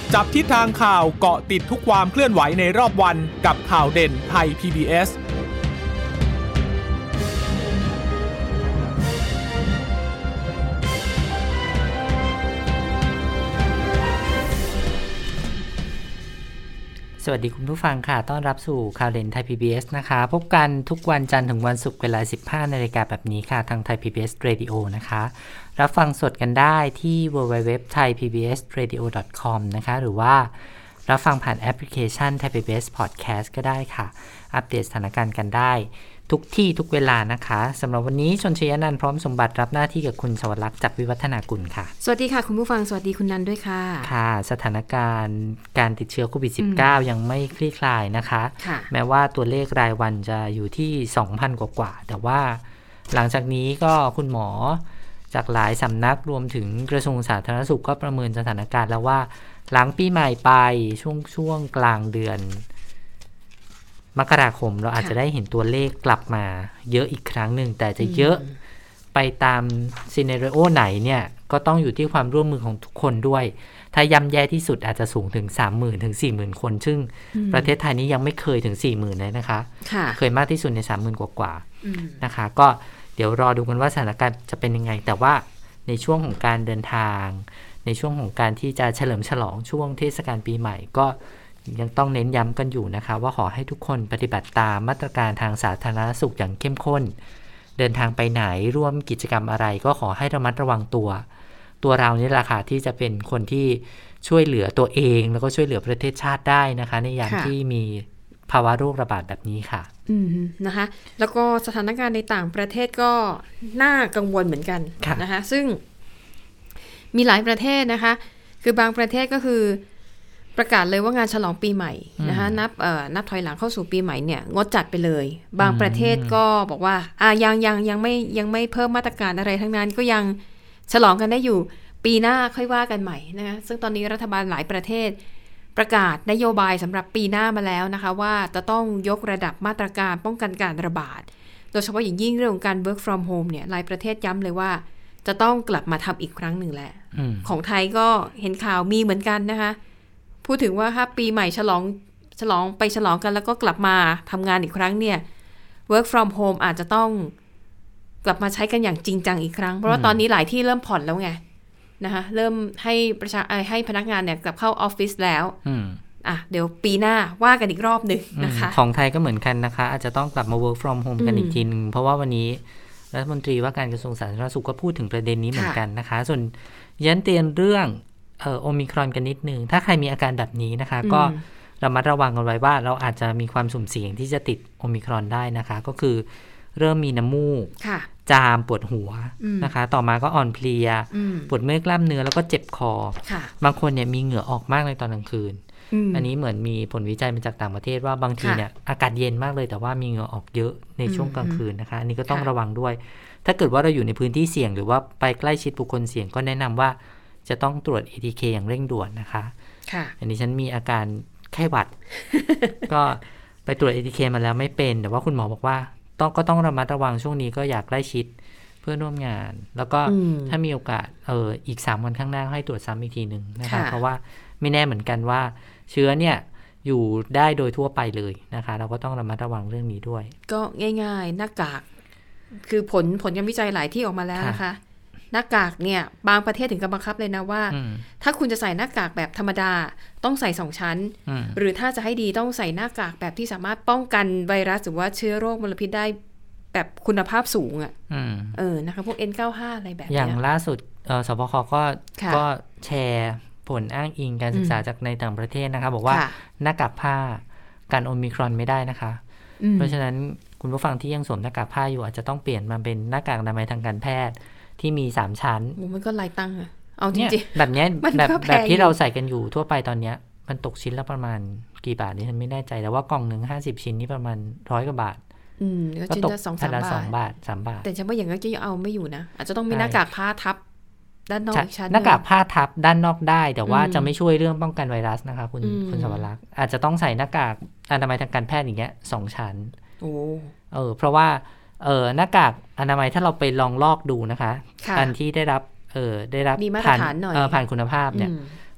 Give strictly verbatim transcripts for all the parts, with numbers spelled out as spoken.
จับทิศทางข่าวเกาะติดทุกความเคลื่อนไหวในรอบวันกับข่าวเด่นไทย พี บี เอสสวัสดีคุณผู้ฟังค่ะต้อนรับสู่ข่าวเด่นไทย พี บี เอส นะคะพบกันทุกวันจันทร์ถึงวันศุกร์เวลา สิบห้านาฬิกา นแบบนี้ค่ะทางไทย พี บี เอส Radio นะคะรับฟังสดกันได้ที่ ดับเบิลยู ดับเบิลยู ดับเบิลยู ดอท ไทย พี บี เอส เรดิโอ ดอท คอม นะคะหรือว่ารับฟังผ่านแอปพลิเคชัน Thai พี บี เอส Podcast ก็ได้ค่ะอัปเดตสถานการณ์กันได้ทุกที่ทุกเวลานะคะสำหรับวันนี้ชนชยนันท์พร้อมสมบัติรับหน้าที่กับคุณสวรักษ์จากวิวัฒนากุลค่ะสวัสดีค่ะคุณผู้ฟังสวัสดีคุณนันท์ด้วยค่ะค่ะสถานการณ์การติดเชื้อโควิด สิบเก้า ยังไม่คลี่คลายนะคะแม้ว่าตัวเลขรายวันจะอยู่ที่ สองพัน กว่าๆแต่ว่าหลังจากนี้ก็คุณหมอจากหลายสำนักรวมถึงกระทรวงสาธารณสุขก็ประเมินสถานการณ์แล้วว่าหลังปีใหม่ไปช่วงช่วงกลางเดือนมกราคมเราอาจจะได้เห็นตัวเลขกลับมาเยอะอีกครั้งหนึ่งแต่จะเยอะไปตามซีเนริโอไหนเนี่ยก็ต้องอยู่ที่ความร่วมมือของทุกคนด้วยถ้าย่ำแย่ที่สุดอาจจะสูงถึง สามหมื่น ถึง สี่หมื่น คนซึ่งประเทศไทยนี้ยังไม่เคยถึง สี่หมื่น เลยนะคะเคยมากที่สุดใน สามหมื่น กว่าๆนะคะก็เดี๋ยวรอดูกันว่าสถานการณ์จะเป็นยังไงแต่ว่าในช่วงของการเดินทางในช่วงของการที่จะเฉลิมฉลองช่วงเทศกาลปีใหม่ก็ยังต้องเน้นย้ำกันอยู่นะคะว่าขอให้ทุกคนปฏิบัติตามมาตรการทางสาธารณสุขอย่างเข้มข้นเดินทางไปไหนร่วมกิจกรรมอะไรก็ขอให้ระมัดระวังตัวตัวเรานี่แหละค่ะที่จะเป็นคนที่ช่วยเหลือตัวเองแล้วก็ช่วยเหลือประเทศชาติได้นะคะในยามที่มีภาวะโรคระบาดแบบนี้ค่ะอืมนะคะแล้วก็สถานการณ์ในต่างประเทศก็น่ากังวลเหมือนกันนะคะซึ่งมีหลายประเทศนะคะคือบางประเทศก็คือประกาศเลยว่างานฉลองปีใหม่นะคะนับเอ่อนับถอยหลังเข้าสู่ปีใหม่เนี่ยงดจัดไปเลยบางประเทศก็บอกว่าอ่ายังยังยังไม่ยังไม่เพิ่มมาตรการอะไรทั้งนั้นก็ยังฉลองกันได้อยู่ปีหน้าค่อยว่ากันใหม่นะคะซึ่งตอนนี้รัฐบาลหลายประเทศประกาศนโยบายสำหรับปีหน้ามาแล้วนะคะว่าจะต้องยกระดับมาตรการป้องกันการระบาดโดยเฉพาะอย่างยิ่งเรื่องของการ work from home เนี่ยหลายประเทศย้ำเลยว่าจะต้องกลับมาทำอีกครั้งหนึ่งแหละของไทยก็เห็นข่าวมีเหมือนกันนะคะพูดถึงว่าถ้าปีใหม่ฉลองฉลองไปฉลองกันแล้วก็กลับมาทำงานอีกครั้งเนี่ย work from home อาจจะต้องกลับมาใช้กันอย่างจริงจังอีกครั้งเพราะว่าตอนนี้หลายที่เริ่มผ่อนแล้วไงนะคะเริ่มให้ประชาให้พนักงานเนี่ยกลับเข้าออฟฟิศแล้วอ่ะเดี๋ยวปีหน้าว่ากันอีกรอบหนึ่งนะคะของไทยก็เหมือนกันนะคะอาจจะต้องกลับมา work from home กันอีกทีนึงเพราะว่าวันนี้รัฐมนตรีว่าการกระทรวงสาธารณสุขก็พูดถึงประเด็นนี้เหมือนกันนะคะส่วนยันเตียนเรื่องเอ่อโอมิครอนกันนิดนึงถ้าใครมีอาการแบบนี้นะคะก็ระมัดระวังกันไว้ว่าเราอาจจะมีความสุ่มเสี่ยงที่จะติดโอมิครอนได้นะคะก็คือเริ่มมีน้ำมูกจามปวดหัวนะคะต่อมาก็อ่อนเพลียปวดเมื่อยกล้ามเนื้อแล้วก็เจ็บคอบางคนเนี่ยมีเหงื่อออกมากในตอนกลางคืนอันนี้เหมือนมีผลวิจัยมาจากต่างประเทศว่าบางทีเนี่ยอากาศเย็นมากเลยแต่ว่ามีเหงื่อออกเยอะในช่วงกลางคืนนะคะอันนี้ก็ต้องระวังด้วยถ้าเกิดว่าเราอยู่ในพื้นที่เสี่ยงหรือว่าไปใกล้ชิดบุคคลเสี่ยงก็แนะนำว่าจะต้องตรวจ เอ ที เค อย่างเร่งด่วนนะคะค่ะอันนี้ฉันมีอาการไข้หวัด ก็ไปตรวจ เอ ที เค มาแล้วไม่เป็นแต่ว่าคุณหมอบอกว่าต้องก็ต้องระมัดระวังช่วงนี้ก็อยากใกล้ชิดเพื่อนร่วมงานแล้วก็ถ้ามีโอกาสเอออีกสามวันข้างหน้าให้ตรวจซ้ำอีกทีนึงนะคะเพราะว่าไม่แน่เหมือนกันว่าเชื้อเนี่ยอยู่ได้โดยทั่วไปเลยนะคะเราก็ต้องระมัดระวังเรื่องนี้ด้วยก็ง่ายๆหน้ากากคือผลผลการวิจัยหลายที่ออกมาแล้วนะคะหน้ากากเนี่ยบางประเทศถึงกับบังคับเลยนะว่าถ้าคุณจะใส่หน้ากากแบบธรรมดาต้องใส่สองชั้นหรือถ้าจะให้ดีต้องใส่หน้ากากแบบที่สามารถป้องกันไวรัสหรือว่าเชื้อโรคมลพิษได้แบบคุณภาพสูงอ่ะเออนะคะพวก เอ็น เก้าสิบห้า อะไรแบบนี้อย่างล่าสุดสบคก็ก็แชร์ผลอ้างอิงการศึกษาจากในต่างประเทศนะคะบอกว่าหน้ากากผ้ากันโอมิครอนไม่ได้นะคะเพราะฉะนั้นคุณผู้ฟังที่ยังสวมหน้ากากผ้าอยู่อาจจะต้องเปลี่ยนมาเป็นหน้ากากอนามัยทางการแพทย์ที่มีสามชั้นมันก็หลายตังค์อะเอาจริงๆแบบนี้แบบแบบที่เราใส่กันอยู่ทั่วไปตอนนี้มันตกชิ้นละประมาณกี่บาทนี่ฉันไม่แน่ใจแต่ว่ากล่องหนึ่งห้าสิบชิ้นนี่ประมาณร้อยกว่าบาทอืมก็ชิ้นละสองสามบาทสองบาทสามบาทแต่ฉันว่าอย่างนั้นจะเอาไม่อยู่นะอาจจะต้องมีหน้ากากผ้าทับด้านนอกชั้นหน้ากากผ้าทับด้านนอกได้แต่ว่าจะไม่ช่วยเรื่องป้องกันไวรัสนะคะคุณคุณสวรักษ์อาจจะต้องใส่หน้ากากอนามัยทางการแพทย์อย่างเงี้ยสองชั้นโอ้เออเพราะว่าเออหน้ากากอนามัยถ้าเราไปลองลอกดูนะคะอันที่ได้รับเออได้รับผ่านเออผ่านคุณภาพเนี่ย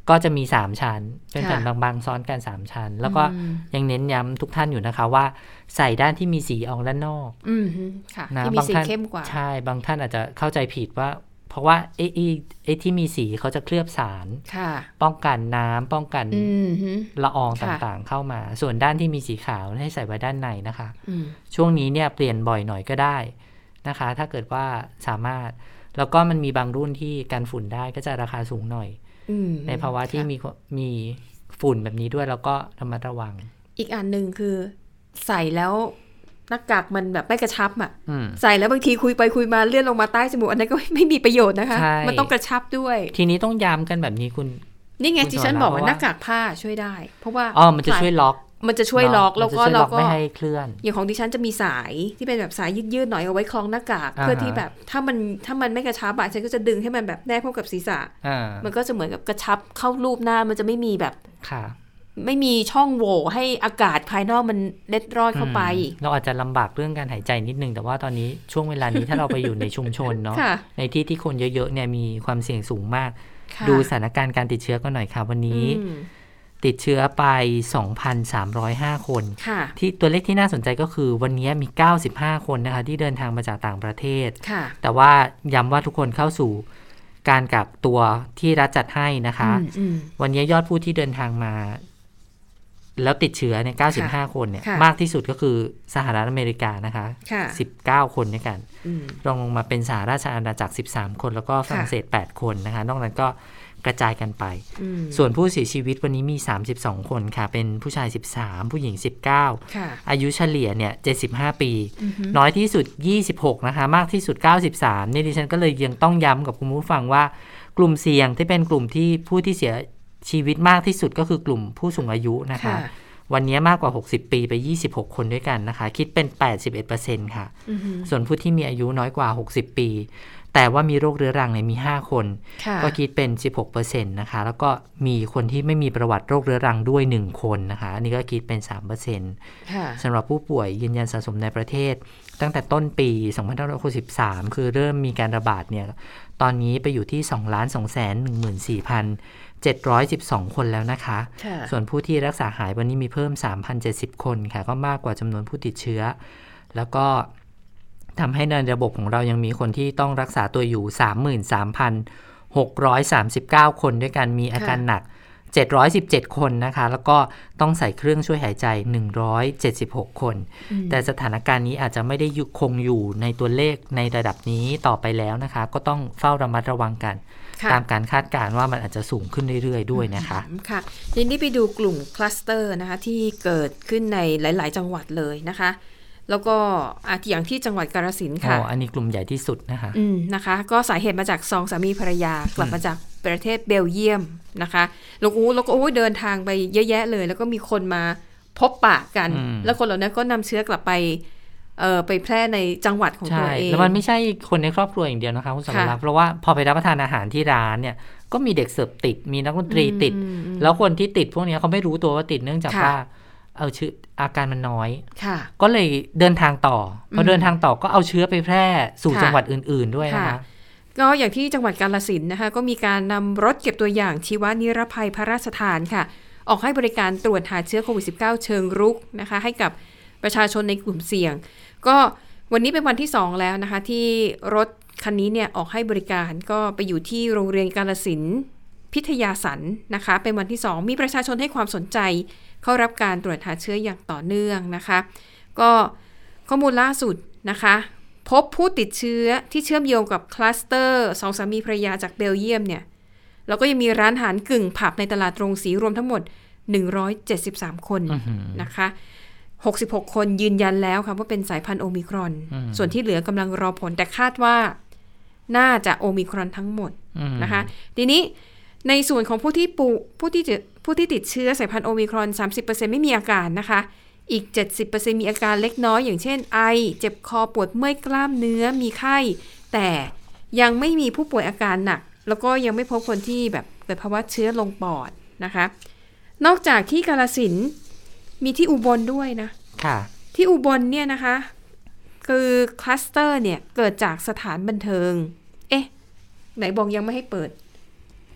ก็จะมีสามชั้นเป็นแผ่นบางๆซ้อนกันสามชั้นแล้วก็ยังเน้นย้ำทุกท่านอยู่นะคะว่าใส่ด้านที่มีสีออกด้านนอกอืมค่ะที่มีสีเข้มกว่าใช่บางท่านอาจจะเข้าใจผิดว่าเพราะว่าไอ้ไอ้ที่มีสีเขาจะเคลือบสารป้องกันน้ำป้องกันละอองต่างๆเข้ามาส่วนด้านที่มีสีขาวให้ใส่ไว้ด้านในนะคะช่วงนี้เนี่ยเปลี่ยนบ่อยหน่อยก็ได้นะคะถ้าเกิดว่าสามารถแล้วก็มันมีบางรุ่นที่กันฝุ่นได้ก็จะราคาสูงหน่อยในภาวะที่มีมีฝุ่นแบบนี้ด้วยแล้วก็ระมัดระวังอีกอันหนึ่งคือใส่แล้วหน้ากากมันแบบไม่กระชับอ่ะใส่แล้วบางทีคุยไปคุยมาเลื่อนลงมาใต้จมูกอันนั้นก็ไม่มีประโยชน์นะคะมันต้องกระชับด้วยทีนี้ต้องย้ำกันแบบนี้คุณนี่ไงที่ฉันบอกว่าหน้ากากผ้าช่วยได้เพราะว่าอ๋อมันจะช่วยล็อกมันจะช่วยล็อกแล้วก็เราก็ไม่ให้เคลื่อนอย่างของดิฉันจะมีสายที่เป็นแบบสายยืดๆหน่อยเอาไว้คล้องหน้ากากเพื่อที่แบบถ้ามันถ้ามันไม่กระชับอ่ะฉันก็จะดึงให้มันแบบแนบเข้ากับศีรษะมันก็จะเหมือนกับกระชับเข้ารูปหน้ามันจะไม่มีแบบไม่มีช่องโหว่ให้อากาศภายนอกมันเล็ดรอดเข้าไปเราอาจจะลำบากเรื่องการหายใจนิดนึงแต่ว่าตอนนี้ช่วงเวลานี้ถ้าเราไปอยู่ในชุมชนเนาะในที่ที่คนเยอะๆเนี่ยมีความเสี่ยงสูงมากดูสถานการณ์การติดเชื้อกันหน่อยค่ะวันนี้ติดเชื้อไป สองพันสามร้อยห้า คนที่ตัวเลขที่น่าสนใจก็คือวันนี้มีเก้าสิบห้าคนนะคะที่เดินทางมาจากต่างประเทศแต่ว่าย้ำว่าทุกคนเข้าสู่การกักตัวที่รัฐจัดให้นะคะวันนี้ยอดผู้ที่เดินทางมาแล้วติดเชื้อในเก้าสิบห้าคนเนี่ยมากที่สุดก็คือสหรัฐอเมริกานะคะสิบเก้าคนด้วยกันรองลงมาเป็นสหราชอาณาจักรสิบสามคนแล้วก็ฝรั่งเศสแปดคนนะคะนอกนั้นก็กระจายกันไปส่วนผู้เสียชีวิตวันนี้มีสามสิบสองคนค่ะเป็นผู้ชายสิบสามผู้หญิงสิบเก้าอายุเฉลี่ยเนี่ยเจ็ดสิบห้าปีน้อยที่สุดยี่สิบหกนะคะมากที่สุดเก้าสิบสามนี่ดิฉันก็เลยยังต้องย้ำกับคุณผู้ฟังว่ากลุ่มเสี่ยงที่เป็นกลุ่มที่ผู้ที่เสียชีวิตมากที่สุดก็คือกลุ่มผู้สูงอายุนะคะวันนี้มากกว่าหกสิบปีไปยี่สิบหกคนด้วยกันนะคะคิดเป็น แปดสิบเอ็ดเปอร์เซ็นต์ ค่ะส่วนผู้ที่มีอายุน้อยกว่าหกสิบปีแต่ว่ามีโรคเรื้อรังเนี่ยมีห้าคนก็คิดเป็น สิบหกเปอร์เซ็นต์ นะคะแล้วก็มีคนที่ไม่มีประวัติโรคเรื้อรังด้วยหนึ่งคนนะคะอันนี้ก็คิดเป็น สามเปอร์เซ็นต์ สำหรับผู้ป่วยยืนยันสะสมในประเทศตั้งแต่ต้นปีสองพันห้าร้อยหกสิบสามคือเริ่มมีการระบาดเนี่ยตอนนี้ไปอยู่ที่ สองล้านสองแสนหนึ่งหมื่นสี่พันเจ็ดร้อยสิบสอง คนแล้วนะคะส่วนผู้ที่รักษาหายวันนี้มีเพิ่ม สามพันเจ็ดสิบ คนค่ะก็มากกว่าจำนวนผู้ติดเชื้อแล้วก็ทำให้ในระบบของเรายังมีคนที่ต้องรักษาตัวอยู่ สามหมื่นสามพันหกร้อยสามสิบเก้า คนด้วยกันมีอาการหนักเจ็ดร้อยสิบเจ็ดคนนะคะแล้วก็ต้องใส่เครื่องช่วยหายใจหนึ่งร้อยเจ็ดสิบหกคนแต่สถานการณ์นี้อาจจะไม่ได้คงอยู่ในตัวเลขในระดับนี้ต่อไปแล้วนะคะก็ต้องเฝ้าระมัดระวังกันตามการคาดการณ์ว่ามันอาจจะสูงขึ้นเรื่อยๆด้วยนะคะค่ะทีนี้ไปดูกลุ่มคลัสเตอร์นะคะที่เกิดขึ้นในหลายๆจังหวัดเลยนะคะแล้วก็อย่างที่จังหวัดกาฬสินธุ์ค่ะอ๋ออันนี้กลุ่มใหญ่ที่สุดนะคะอืมนะคะก็สาเหตุมาจากสองสามีภรรยากลับมาจากประเทศเบลเยียมนะคะแล้วก็แล้วก็โอ้ยเดินทางไปเยอะแยะเลยแล้วก็มีคนมาพบปะกันแล้วคนเหล่านั้นก็นำเชื้อกลับไปเอ่อไปแพร่ในจังหวัดของตัวเองแล้วมันไม่ใช่คนในครอบครัวอย่างเดียวนะคะคุณสมรักษ์เพราะว่าพอไปรับประทานอาหารที่ร้านเนี่ยก็มีเด็กเสิร์ฟติดมีนักดนตรีติดแล้วคนที่ติดพวกนี้เขาไม่รู้ตัวว่าติดเนื่องจากว่าเอาเชื้ออาการมันน้อยก็เลยเดินทางต่อพอเดินทางต่อก็เอาเชื้อไปแพร่สู่จังหวัดอื่นๆด้วยนะคะก็อย่างที่จังหวัดกาฬสินธุ์นะคะก็มีการนำรถเก็บตัวอย่างชีวนิรภัยพระราชทานค่ะออกให้บริการตรวจหาเชื้อโควิด สิบเก้า เชิงรุกนะคะให้กับประชาชนในกลุ่มเสี่ยงก็วันนี้เป็นวันที่สองแล้วนะคะที่รถคันนี้เนี่ยออกให้บริการก็ไปอยู่ที่โรงเรียนกาฬสินธุ์พิทยาสันนะคะเป็นวันที่สองมีประชาชนให้ความสนใจเข้ารับการตรวจหาเชื้ออย่างต่อเนื่องนะคะก็ข้อมูลล่าสุดนะคะพบผู้ติดเชื้อที่เชื่อมโยงกับคลัสเตอร์สองสามีภรรยาจากเบลเยียมเนี่ยแล้วก็ยังมีร้านอาหารกึ่งผับในตลาดโรงสีรวมทั้งหมดหนึ่งร้อยเจ็ดสิบสามคนนะคะหกสิบหกคนยืนยันแล้วค่ะว่าเป็นสายพันธุ์โอมิครอนส่วนที่เหลือกำลังรอผลแต่คาดว่าน่าจะโอมิครอนทั้งหมดนะคะทีนี้ในส่วนของผู้ที่ปูผู้ที่ผู้ที่ติดเชื้อสายพันธุ์โอมิครอน สามสิบเปอร์เซ็นต์ ไม่มีอาการนะคะอีก เจ็ดสิบเปอร์เซ็นต์ มีอาการเล็กน้อยอย่างเช่นไอเจ็บคอปวดเมื่อยกล้ามเนื้อมีไข้แต่ยังไม่มีผู้ป่วยอาการหนักแล้วก็ยังไม่พบคนที่แบบเกิดภาวะเชื้อลงปอดนะคะนอกจากที่กาฬสินธุ์มีที่อุบลด้วยนะค่ะที่อุบลเนี่ยนะคะคือคลัสเตอร์เนี่ยเกิดจากสถานบันเทิงเอ๊ะไหนบอกยังไม่ให้เปิด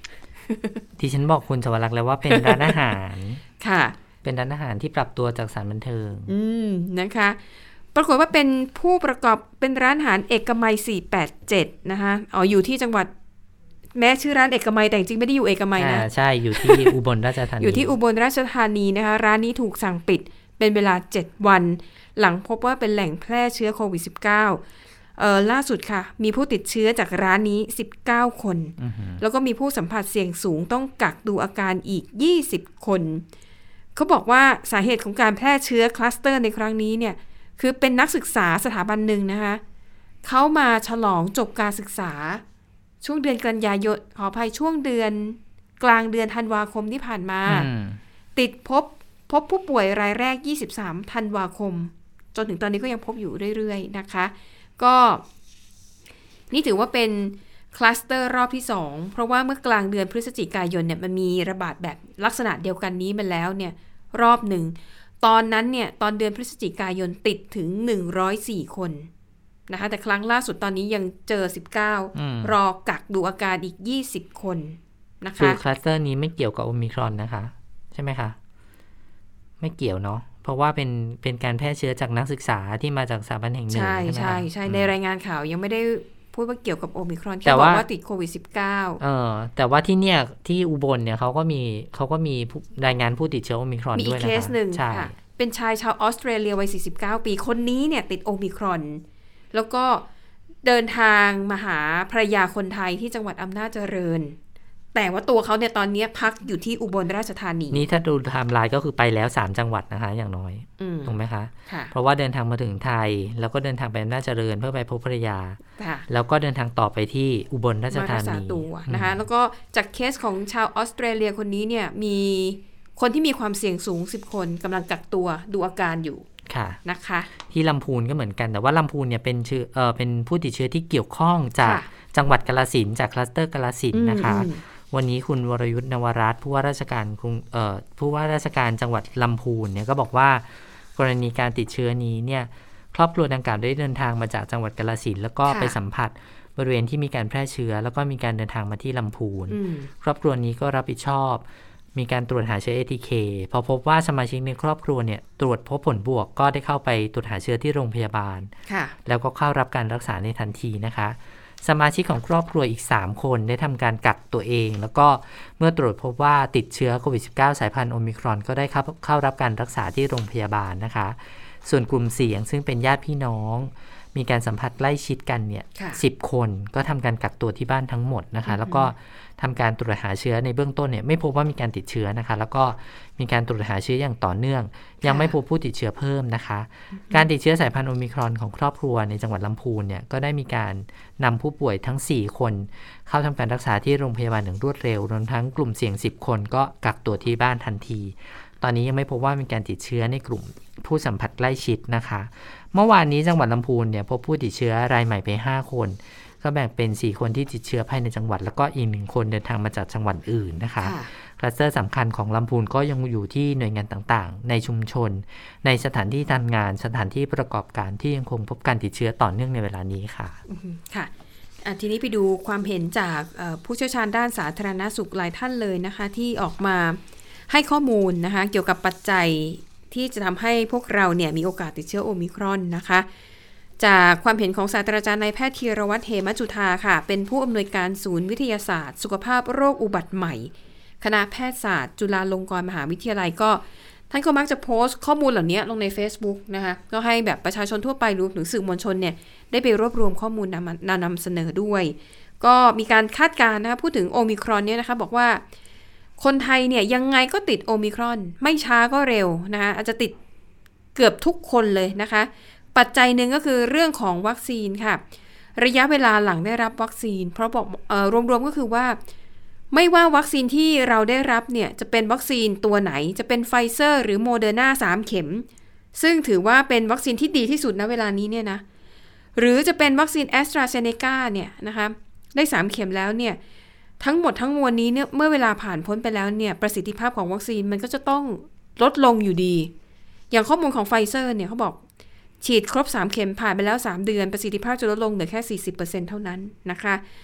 ที่ฉันบอกคุณสวรักษ์แล้วว่าเป็นร้านอาหารค่ะเป็นร้านอาหารที่ปรับตัวจากสถานบันเทิงอืมนะคะปรากฏว่าเป็นผู้ประกอบเป็นร้านอาหารเอกมัยสี่แปดเจ็ดนะคะอ๋ออยู่ที่จังหวัดแม้ชื่อร้านเอกมัยแต่จริงไม่ได้อยู่เอกมัยนะใช่อยู่ที่อุบลราชธานีอยู่ที่อุบลราชธานีนะคะร้านนี้ถูกสั่งปิดเป็นเวลาเจ็ดวันหลังพบว่าเป็นแหล่งแพร่เชื้อโควิด สิบเก้า เอ่อล่าสุดค่ะมีผู้ติดเชื้อจากร้านนี้สิบเก้าคน uh-huh. แล้วก็มีผู้สัมผัสเสี่ยงสูงต้องกักดูอาการอีกยี่สิบคนเขาบอกว่าสาเหตุของการแพร่เชื้อคลัสเตอร์ในครั้งนี้เนี่ยคือเป็นนักศึกษาสถาบันหนึ่งนะคะเขามาฉลองจบการศึกษาช่วงเดือนกันยายนขออภัยช่วงเดือนกลางเดือนธันวาคมที่ผ่านมา uh-huh. ติดพบพบผู้ป่วยรายแรกยี่สิบสามธันวาคมจนถึงตอนนี้ก็ยังพบอยู่เรื่อยๆนะคะก็นี่ถือว่าเป็นคลัสเตอร์รอบที่สองเพราะว่าเมื่อกลางเดือนพฤศจิกายนเนี่ยมันมีระบาดแบบลักษณะเดียวกันนี้มาแล้วเนี่ยรอบหนึ่งตอนนั้นเนี่ยตอนเดือนพฤศจิกายนติดถึงหนึ่งร้อยสี่คนนะคะแต่ครั้งล่าสุดตอนนี้ยังเจอสิบเก้ารอกักดูอาการอีกยี่สิบคนนะคะคือคลัสเตอร์นี้ไม่เกี่ยวกับโอมิครอนนะคะใช่ไหมคะไม่เกี่ยวเนาะเพราะว่าเป็นเป็นการแพร่เชื้อจากนักศึกษาที่มาจากสถาบันแห่งหนึ่งใช่ใช่ใช่ในรายงานข่าวยังไม่ได้พูดว่าเกี่ยวกับโอมิครอนแค่บอกว่าติดโควิด สิบเก้าเออแต่ว่าที่เนี่ยที่อุบลเนี่ยเขาก็มีเขาก็มีรายงานผู้ติดเชื้อโอมิครอนด้วยนะคะมีอีกเคสหนึ่งค่ะเป็นชายชาวออสเตรเลียวัยสี่สิบเก้าปีคนนี้เนี่ยติดโอมิครอนแล้วก็เดินทางมาหาภรรยาคนไทยที่จังหวัดอำนาจเจริญแต่ว่าตัวเขาเนี่ยตอนนี้พักอยู่ที่อุบลราชธานีนี่ถ้าดูไทม์ไลน์ก็คือไปแล้วสามจังหวัดนะคะอย่างน้อยถูกไหมคะเพราะว่าเดินทางมาถึงไทยแล้วก็เดินทางไปอำนาจเจริญเพื่อไปพบภรรยาแล้วก็เดินทางต่อไปที่อุบลราชธานีนะคะแล้วก็จากเคสของชาวออสเตรเลียคนนี้เนี่ยมีคนที่มีความเสี่ยงสูงสิบคนกำลังกักตัวดูอาการอยู่ค่ะนะคะที่ลำพูนก็เหมือนกันแต่ว่าลำพูนเนี่ยเป็นเชื้อเอ่อเป็นผู้ติดเชื้อที่เกี่ยวข้องจากจังหวัดกาฬสินธุ์จากคลัสเตอร์กาฬสินธุ์นะคะวันนี้คุณวรยุทธนวรัตน์ผู้ว่าราชการกรุงเอ่อผู้ว่าราชการจังหวัดลำพูนเนี่ยก็บอกว่ากรณีการติดเชื้อนี้เนี่ยครอบครัวดังกล่าวได้เดินทางมาจากจังหวัดกาฬสินธุ์แล้วก็ไปสัมผัสบริเวณที่มีการแพร่เชื้อแล้วก็มีการเดินทางมาที่ลำพูนครอบครัวนี้ก็รับผิดชอบมีการตรวจหาเชื้อ เอ ที เค พอพบว่าสมาชิกในครอบครัวเนี่ยตรวจพบผลบวกก็ได้เข้าไปตรวจหาเชื้อที่โรงพยาบาลแล้วก็เข้ารับการรักษาในทันทีนะคะสมาชิกของครอบครัวอีกสามคนได้ทำการกักตัวเองแล้วก็เมื่อตรวจพบว่าติดเชื้อโควิด สิบเก้า สายพันธุ์โอมิครอนก็ได้เข้ารับการรักษาที่โรงพยาบาลนะคะส่วนกลุ่มเสี่ยงซึ่งเป็นญาติพี่น้องมีการสัมผัสใกล้ชิดกันเนี่ยสิบคนก็ทำการกักตัวที่บ้านทั้งหมดนะคะแล้วก็ทำการตรวจหาเชื้อในเบื้องต้นเนี่ยไม่พบว่ามีการติดเชื้อนะคะแล้วก็มีการตรวจหาเชื้ออย่างต่อเนื่องยังไม่พบผู้ติดเชื้อเพิ่มนะคะการติดเชื้อสายพันธุ์โอมิครอนของครอบครัวในจังหวัดลำพูนเนี่ยก็ได้มีการนำผู้ป่วยทั้งสี่คนเข้าทำการรักษาที่โรงพยาบาลอย่างรวดเร็วรวมทั้งกลุ่มเสี่ยงสิบคนก็กักตัวที่บ้านทันทีตอนนี้ยังไม่พบว่ามีการติดเชื้อในกลุ่มผู้สัมผัสใกล้ชิดนะคะเมื่อวานนี้จังหวัดลำพูนเนี่ยพบผู้ติดเชื้อรายใหม่ไปห้าคนก็แบ่งเป็นสี่คนที่ติดเชื้อภายในจังหวัดแล้วก็อีกหนึ่งคนเดินทางมาจากจังหวัดอื่นนะคะคลัสเตอร์สำคัญของลำพูนก็ยังอยู่ที่หน่วยงานต่างๆในชุมชนในสถานที่ทำงานสถานที่ประกอบการที่ยังคงพบการติดเชื้อต่อเนื่องในเวลานี้ค่ะค่ะทีนี้ไปดูความเห็นจากผู้เชี่ยวชาญด้านสาธารณสุขหลายท่านเลยนะคะที่ออกมาให้ข้อมูลนะคะเกี่ยวกับปัจจัยที่จะทำให้พวกเราเนี่ยมีโอกาสติดเชื้อโอมิครอนนะคะจากความเห็นของศาสตราจารย์นายแพทย์ธีรวัฒน์เหมจุฑาค่ะเป็นผู้อำนวยการศูนย์วิทยาศาสตร์สุขภาพโรคอุบัติใหม่คณะแพทยศาสตร์จุฬาลงกรณ์มหาวิทยาลัยก็ท่านก็มักจะโพสต์ข้อมูลเหล่านี้ลงใน Facebook นะคะก็ให้แบบประชาชนทั่วไปรวมถึงสื่อมวลชนเนี่ยได้ไปรวบรวมข้อมูลนำนำนำเสนอด้วยก็มีการคาดการณ์นะคะพูดถึงโอมิครอนเนี่ยนะคะบอกว่าคนไทยเนี่ยยังไงก็ติดโอมิครอนไม่ช้าก็เร็วนะคะอาจจะติดเกือบทุกคนเลยนะคะปัจจัยหนึ่งก็คือเรื่องของวัคซีนค่ะระยะเวลาหลังได้รับวัคซีนเพราะบอกเอ่อรวมๆก็คือว่าไม่ว่าวัคซีนที่เราได้รับเนี่ยจะเป็นวัคซีนตัวไหนจะเป็นไฟเซอร์หรือโมเดอร์นาสามเข็มซึ่งถือว่าเป็นวัคซีนที่ดีที่สุดณเวลานี้เนี่ยนะหรือจะเป็นวัคซีนแอสตราเซเนกาเนี่ยนะคะได้สามเข็มแล้วเนี่ยทั้งหมดทั้งมวลนี้เนี่ยเมื่อเวลาผ่านพ้นไปแล้วเนี่ยประสิทธิภาพของวัคซีนมันก็จะต้องลดลงอยู่ดีอย่างข้อมูลของไฟเซอร์เนี่ยเขาบอกฉีดครบสามเข็มผ่านไปแล้วสามเดือนประสิทธิภาพจะลดลงเหลือแค่ สี่สิบเปอร์เซ็นต์ เท่านั้นนะคะ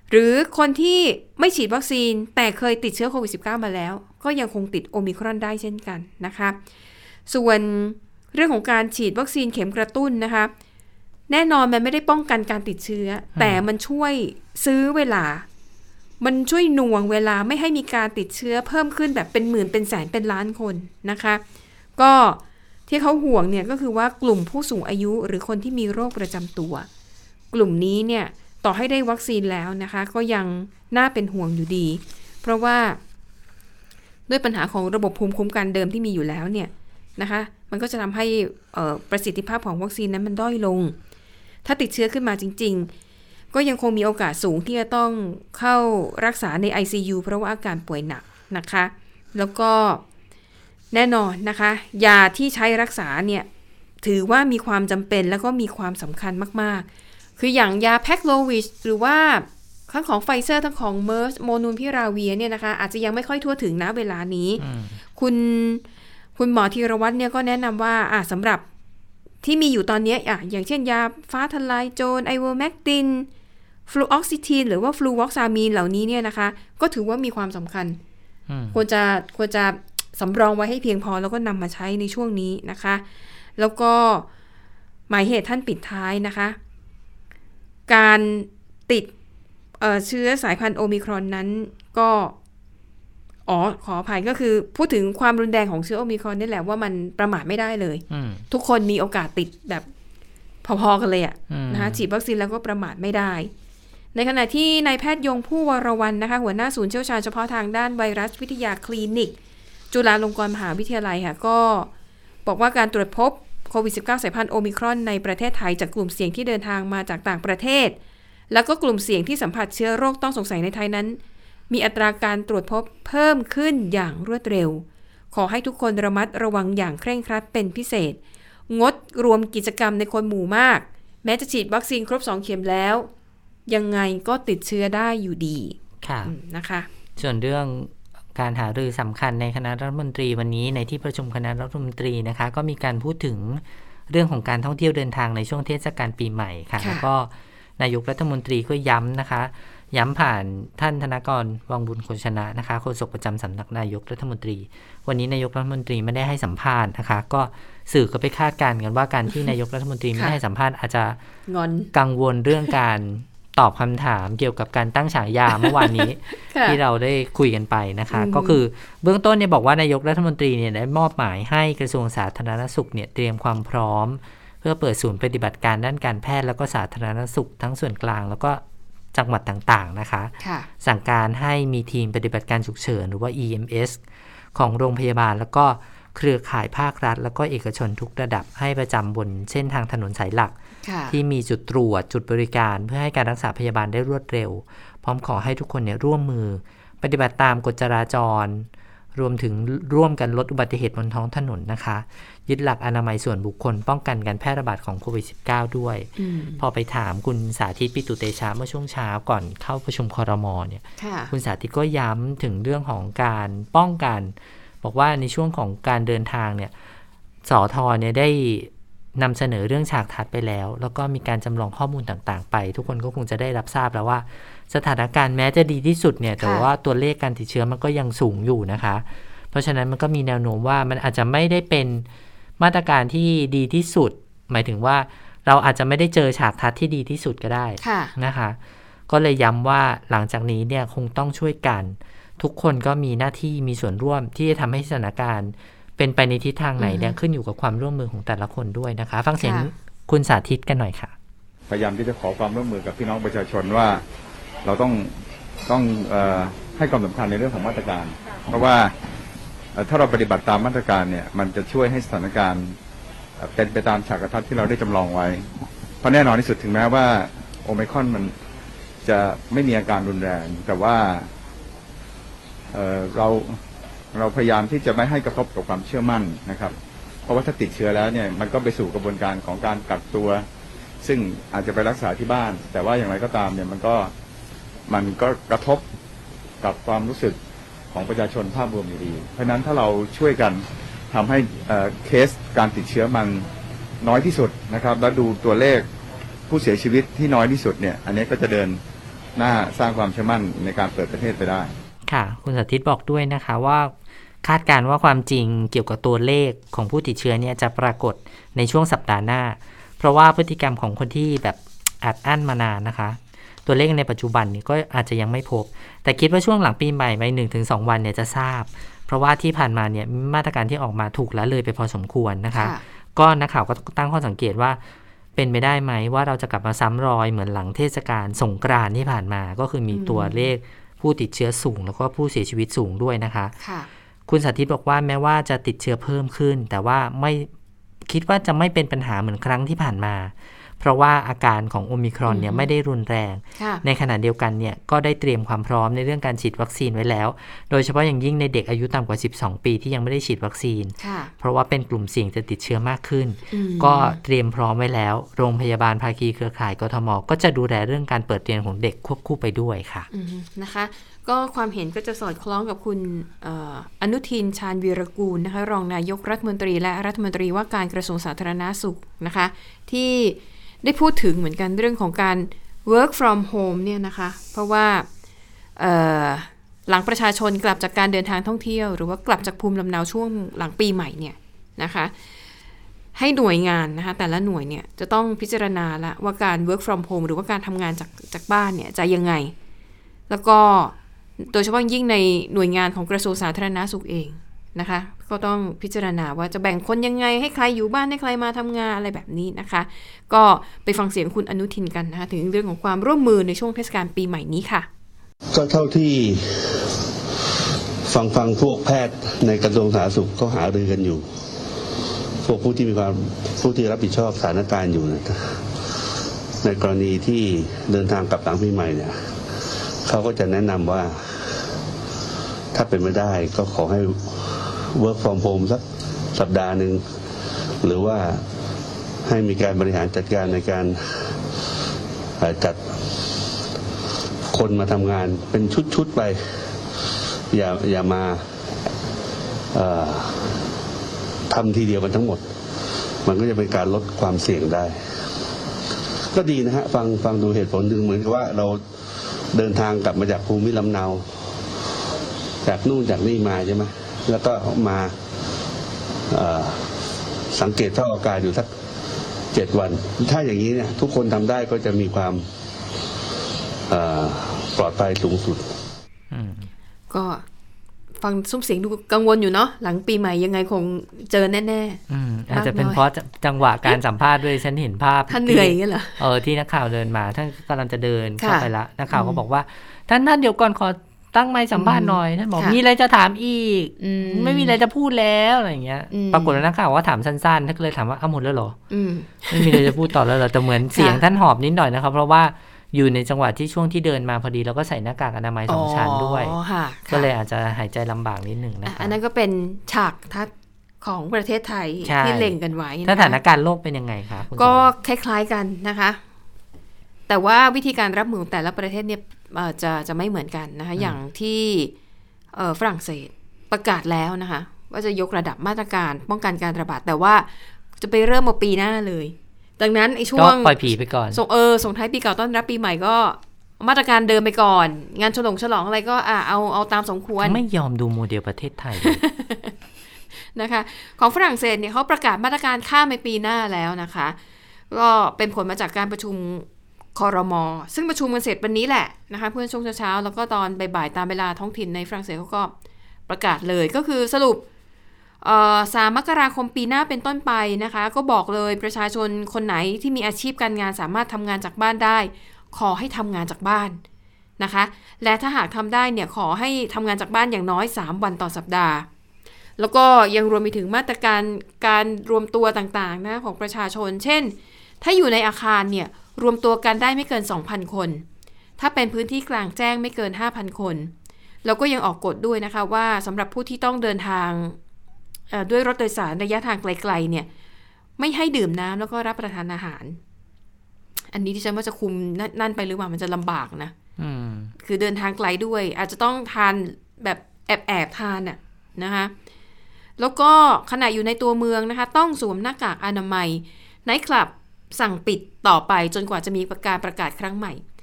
หรือคนที่ไม่ฉีดวัคซีนแต่เคยติดเชื้อโควิด สิบเก้า มาแล้วก็ยังคงติดโอมิครอนได้เช่นกันนะคะส่วนเรื่องของการฉีดวัคซีนเข็มกระตุ้นนะคะแน่นอนมันไม่ได้ป้องกันการติดเชื้อแต่มันช่วยซื้อเวลามันช่วยหน่วงเวลาไม่ให้มีการติดเชื้อเพิ่มขึ้นแบบเป็นหมื่นเป็นแสนเป็นล้านคนนะคะก็ที่เขาห่วงเนี่ยก็คือว่ากลุ่มผู้สูงอายุหรือคนที่มีโรคประจำตัวกลุ่มนี้เนี่ยต่อให้ได้วัคซีนแล้วนะคะก็ยังน่าเป็นห่วงอยู่ดีเพราะว่าด้วยปัญหาของระบบภูมิคุ้มกันเดิมที่มีอยู่แล้วเนี่ยนะคะมันก็จะทำให้ประสิทธิภาพของวัคซีนนั้นมันด้อยลงถ้าติดเชื้อขึ้นมาจริงๆก็ยังคงมีโอกาสสูงที่จะต้องเข้ารักษาใน ไอ ซี ยู เพราะว่าอาการป่วยหนักนะคะแล้วก็แน่นอนนะคะยาที่ใช้รักษาเนี่ยถือว่ามีความจำเป็นแล้วก็มีความสำคัญมากๆคืออย่างยาแพคโลวิชหรือว่าทั้งของไฟเซอร์ทั้งของเมอร์สโมนูลพิราเวียเนี่ยนะคะอาจจะยังไม่ค่อยทั่วถึงนะเวลานี้คุณคุณหมอธีรวัฒน์เนี่ยก็แนะนำว่าอ่ะสำหรับที่มีอยู่ตอนนี้อ่ะอย่างเช่นยาฟ้าทลายโจรไอโวแมกตินฟลูออกซิทีนหรือว่าฟลูวอกซามีนเหล่านี้เนี่ยนะคะก็ถือว่ามีความสำคัญควรจะควรจะสำรองไว้ให้เพียงพอแล้วก็นำมาใช้ในช่วงนี้นะคะแล้วก็หมายเหตุท่านปิดท้ายนะคะการติด เอ่อ เชื้อสายพันธุ์โอมิครอนนั้นก็อ๋อขออภัยก็คือพูดถึงความรุนแรงของเชื้อโอมิครอนนี่แหละว่ามันประมาทไม่ได้เลยทุกคนมีโอกาสติดแบบพอๆกันเลยอะนะคะฉีดวัคซีนแล้วก็ประมาทไม่ได้ในขณะที่นายแพทย์ยงผู้วรวรรณนะคะหัวหน้าศูนย์เชี่ยวชาญเฉพาะทางด้านไวรัสวิทยาคลินิกจุฬาลงกรณ์มหาวิทยาลัยค่ะก็บอกว่าการตรวจพบโควิด สิบเก้า สายพันธุ์โอมิครอนในประเทศไทยจากกลุ่มเสี่ยงที่เดินทางมาจากต่างประเทศแล้วก็กลุ่มเสี่ยงที่สัมผัสเชื้อโรคต้องสงสัยในไทยนั้นมีอัตราการตรวจพบเพิ่มขึ้นอย่างรวดเร็วขอให้ทุกคนระมัดระวังอย่างเคร่งครัดเป็นพิเศษงดรวมกิจกรรมในคนหมู่มากแม้จะฉีดวัคซีนครบสองเข็มแล้วยังไงก็ติดเชื้อได้อยู่ดีค่ะนะคะส่วนเรื่องการหารือสำคัญในคณะรัฐมนตรีวันนี้ในที่ประชุมคณะรัฐมนตรีนะคะก็มีการพูดถึงเรื่องของการท่องเที่ยวเดินทางในช่วงเทศกาลปีใหม่ค่ะแล้วก็นายกรัฐมนตรีก็ย้ำนะคะย้ำผ่านท่านธนกรวังบุญคนชนะนะคะโฆษกประจำสำนักนายกรัฐมนตรีวันนี้นายกรัฐมนตรีไม่ได้ให้สัมภาษณ์นะคะก็สื่อก็ไปคาดการณ์กันว่าการที่นายกรัฐมนตรีไม่ให้สัมภาษณ์อาจจะกังวลเรื่องการตอบคำถามเกี่ยวกับการตั้งฉายาเมื่อวานนี้ ที่เราได้คุยกันไปนะคะก็คือเบื้องต้นเนี่ยบอกว่านายกรัฐมนตรีเนี่ยได้มอบหมายให้กระทรวงสาธารณสุขเนี่ยเตรียมความพร้อมเพื่อเปิดศูนย์ปฏิบัติการด้านการแพทย์แล้วก็สาธารณสุขทั้งส่วนกลางแล้วก็จังหวัดต่างๆนะคะสั่งการให้มีทีมปฏิบัติการฉุกเฉินหรือว่า อี เอ็ม เอส ของโรงพยาบาลแล้วก็เครือข่ายภาครัฐแล้วก็เอกชนทุกระดับให้ประจำบนเส้นทางถนนสายหลักที่มีจุดตรวจจุดบริการเพื่อให้การรักษาพยาบาลได้รวดเร็วพร้อมขอให้ทุกคนเนี่ยร่วมมือปฏิบัติตามกฎจราจรรวมถึงร่วมกันลดอุบัติเหตุบนท้องถนนนะคะยึดหลักอนามัยส่วนบุคคลป้องกันการแพร่ระบาดของโควิด สิบเก้า ด้วยพอไปถามคุณสาธิตปิตุเตชะเมื่อช่วงเช้าก่อนเข้าประชุมครม.เนี่ยคุณสาธิตก็ย้ำถึงเรื่องของการป้องกันบอกว่าในช่วงของการเดินทางเนี่ยสทเนี่ยได้นำเสนอเรื่องฉากทัศน์ไปแล้วแล้วก็มีการจำลองข้อมูลต่างๆไปทุกคนก็คงจะได้รับทราบแล้วว่าสถานการณ์แม้จะดีที่สุดเนี่ยแต่ว่าตัวเลขการติดเชื้อมันก็ยังสูงอยู่นะคะเพราะฉะนั้นมันก็มีแนวโน้มว่ามันอาจจะไม่ได้เป็นมาตรการที่ดีที่สุดหมายถึงว่าเราอาจจะไม่ได้เจอฉากทัศน์ที่ดีที่สุดก็ได้นะคะก็เลยย้ำว่าหลังจากนี้เนี่ยคงต้องช่วยกันทุกคนก็มีหน้าที่มีส่วนร่วมที่จะทำให้สถานการณ์เป็นไปในทิศทางไหนเนี่ยขึ้นอยู่กับความร่วมมือของแต่ละคนด้วยนะคะฟังเสียงคุณสาธิตกันหน่อยค่ะพยายามที่จะขอความร่วมมือกับพี่น้องประชาชนว่าเราต้องต้องเอ่อให้ความสำคัญในเรื่องของมาตรการเพราะว่าถ้าเราปฏิบัติตามมาตรการเนี่ยมันจะช่วยให้สถานการณ์เป็นไปตามฉากทัศน์ที่เราได้จำลองไว้เพราะแน่นอนที่สุดถึงแม้ว่าโอไมครอนมันจะไม่มีอาการรุนแรงแต่ว่าเอ่อเราเราพยายามที่จะไม่ให้กระทบกับความเชื่อมั่นนะครับเพราะว่าถ้าติดเชื้อแล้วเนี่ยมันก็ไปสู่กระบวนการของการกักตัวซึ่งอาจจะไปรักษาที่บ้านแต่ว่าอย่างไรก็ตามเนี่ยมันก็มันก็กระทบกับความรู้สึกของประชาชนภาพรวมอยู่ดีเพราะฉะนั้นถ้าเราช่วยกันทำให้เคสการติดเชื้อมันน้อยที่สุดนะครับแล้วดูตัวเลขผู้เสียชีวิตที่น้อยที่สุดเนี่ยอันนี้ก็จะเดินน่าสร้างความเชื่อมั่นในการเปิดประเทศไปได้ค่ะคุณสาธิตบอกด้วยนะคะว่าคาดการณ์ว่าความจริงเกี่ยวกับตัวเลขของผู้ติดเชื้อเนี่ยจะปรากฏในช่วงสัปดาห์หน้าเพราะว่าพฤติกรรมของคนที่แบบอัดอั้นมานานนะคะตัวเลขในปัจจุบันนี่ก็อาจจะยังไม่พบแต่คิดว่าช่วงหลังปีใหม่ไป หนึ่งถึงสอง วันเนี่ยจะทราบเพราะว่าที่ผ่านมาเนี่ยมาตรการที่ออกมาถูกละเลยไปพอสมควรนะคะก็นักข่าวก็ตั้งข้อสังเกตว่าเป็นไปได้ไหมว่าเราจะกลับมาซ้ำรอยเหมือนหลังเทศกาลสงกรานต์ที่ผ่านมาก็คือมีตัวเลขผู้ติดเชื้อสูงแล้วก็ผู้เสียชีวิตสูงด้วยนะคะคุณสาธิตบอกว่าแม้ว่าจะติดเชื้อเพิ่มขึ้นแต่ว่าไม่คิดว่าจะไม่เป็นปัญหาเหมือนครั้งที่ผ่านมาเพราะว่าอาการของโอมิครอนเนี่ยไม่ได้รุนแรงในขณะเดียวกันเนี่ยก็ได้เตรียมความพร้อมในเรื่องการฉีดวัคซีนไว้แล้วโดยเฉพาะอย่างยิ่งในเด็กอายุต่ำกว่าสิบสองปีที่ยังไม่ได้ฉีดวัคซีนเพราะว่าเป็นกลุ่มเสี่ยงจะติดเชื้อมากขึ้นก็เตรียมพร้อมไว้แล้วโรงพยาบาลภาคีเครือข่ายกทม.ก็จะดูแลเรื่องการเปิดเรียนของเด็กควบคู่ไปด้วยค่ะนะคะก็ความเห็นก็จะสอดคล้องกับคุณอนุทินชาญวีรกูลนะคะรองนายกรัฐมนตรีและรัฐมนตรีว่าการกระทรวงสาธารณสุขนะคะที่ได้พูดถึงเหมือนกันเรื่องของการ work from home เนี่ยนะคะเพราะว่าหลังประชาชนกลับจากการเดินทางท่องเที่ยวหรือว่ากลับจากภูมิลำเนาช่วงหลังปีใหม่เนี่ยนะคะให้หน่วยงานนะคะแต่ละหน่วยเนี่ยจะต้องพิจารณาละว่าการ work from home หรือว่าการทำงานจากจากบ้านเนี่ยจะยังไงแล้วก็โดยเฉพาะยิ่งในหน่วยงานของกระทรวงสาธารณสุขเองนะคะก็ต้องพิจารณาว่าจะแบ่งคนยังไงให้ใครอยู่บ้านให้ใครมาทำงานอะไรแบบนี้นะคะก็ไปฟังเสียงคุณอนุทินกันนะคะถึงเรื่องของความร่วมมือในช่วงเทศกาลปีใหม่นี้ค่ะก็เท่าที่ฟังฟังพวกแพทย์ในกระทรวงสาธารณสุขก็หารือกันอยู่พวกผู้ที่มีความผู้ที่รับผิดชอบสถานการณ์อยู่นะในกรณีที่เดินทางกลับหลังปีใหม่เนี่ยเขาก็จะแนะนำว่าถ้าเป็นไม่ได้ก็ขอให้ work from home สักสัปดาห์หนึ่งหรือว่าให้มีการบริหารจัดการในการจัดคนมาทำงานเป็นชุดๆไปอย่าอย่ามาทำทีเดียวกันทั้งหมดมันก็จะเป็นการลดความเสี่ยงได้ก็ดีนะฮะฟังฟังดูเหตุผลดึงเหมือนกับว่าเราเดินทางกลับมาจากภูมิลำเนาจากนู่นจากนี่มาใช่ไหมแล้วก็มาสังเกตท่ออากาศอยู่สักเจ็ดวันถ้าอย่างนี้เนี่ยทุกคนทำได้ก็จะมีความปลอดภัยสูงสุดก็ฟังซุ้มเสียงดูกังวลอยู่เนาะหลังปีใหม่ยังไงคงเจอแน่ๆอาจจะเป็นเพราะจังหวะการสัมภาษณ์ด้วยฉันเห็นภาพท่านเหนื่อยกันเหรอเออที่นักข่าวเดินมาท่านกำลังจะเดินเข้าไปละนักข่าวก็บอกว่าท่านท่านเดี๋ยวก่อนขอตั้งไมค์สัมภาษณ์หน่อยท่านบอกมีอะไรจะถามอีกไม่มีอะไรจะพูดแล้วอะไรอย่างเงี้ยปรากฏว่านักข่าวว่าถามสั้นๆท่านก็เลยถามว่าอ้าวหมดแล้วเหรอไม่มีอะไรจะพูดต่อแล้วเหรอแต่เหมือนเสียงท่านหอบนิดหน่อยนะครับเพราะว่าอยู่ในจังหวะที่ช่วงที่เดินมาพอดีแล้วก็ใส่หน้ากากอนามัยสองชั้นด้วยก็เลยอาจจะหายใจลำบากนิดหนึ่งนะคะอันนั้นก็เป็นฉากทัศน์ของประเทศไทยที่เล็งกันไว้สถานการณ์โลกเป็นยังไงคะก็คล้ายๆกันนะคะแต่ว่าวิธีการรับมือแต่ละประเทศเนี่ยจะจะไม่เหมือนกันนะคะอย่างที่ฝรั่งเศสประกาศแล้วนะคะว่าจะยกระดับมาตรการป้องกันการระบาดแต่ว่าจะไปเริ่มมาปีหน้าเลยดังนั้นไอ้ช่วงปล่อยผีไปก่อนส่งเออส่งท้ายปีเก่าต้อนรับปีใหม่ก็มาตรการเดิมไปก่อนงานฉลองฉลองอะไรก็อ่ะเอาเอาตามสมควรไม่ยอมดูโมเดลประเทศไทยนะคะของฝรั่งเศสเนี่ยเขาประกาศมาตรการข้ามในปีหน้าแล้วนะคะก็เป็นผลมาจากการประชุมครม.ซึ่งประชุมกันเสร็จวันนี้แหละนะคะเพื่อนช่วงเช้าๆแล้วก็ตอนบ่ายๆตามเวลาท้องถิ่นในฝรั่งเศสเขาก็ประกาศเลยก็คือสรุปสามมกราคมปีหน้าเป็นต้นไปนะคะก็บอกเลยประชาชนคนไหนที่มีอาชีพการงานสามารถทำงานจากบ้านได้ขอให้ทำงานจากบ้านนะคะและถ้าหากทำได้เนี่ยขอให้ทำงานจากบ้านอย่างน้อยสามวันต่อสัปดาห์แล้วก็ยังรวมไปถึงมาตรการการรวมตัวต่างๆนะของประชาชนเช่นถ้าอยู่ในอาคารเนี่ยรวมตัวกันได้ไม่เกิน สองพัน คนถ้าเป็นพื้นที่กลางแจ้งไม่เกิน ห้าพัน คนแล้วก็ยังออกกฎด้วยนะคะว่าสำหรับผู้ที่ต้องเดินทางด้วยรถโดยสารระยะทางไกลๆเนี่ยไม่ให้ดื่มน้ำแล้วก็รับประทานอาหารอันนี้ที่ฉันว่าจะคุมนั่นไปหรือเปล่ามันจะลำบากนะคือเดินทางไกลด้วยอาจจะต้องทานแบบแอบๆทานน่ะนะคะแล้วก็ขณะอยู่ในตัวเมืองนะคะต้องสวมหน้ากากอนามัยไนท์คลับสั่งปิดต่อไปจนกว่าจะมีการประกาศครั้งใหม่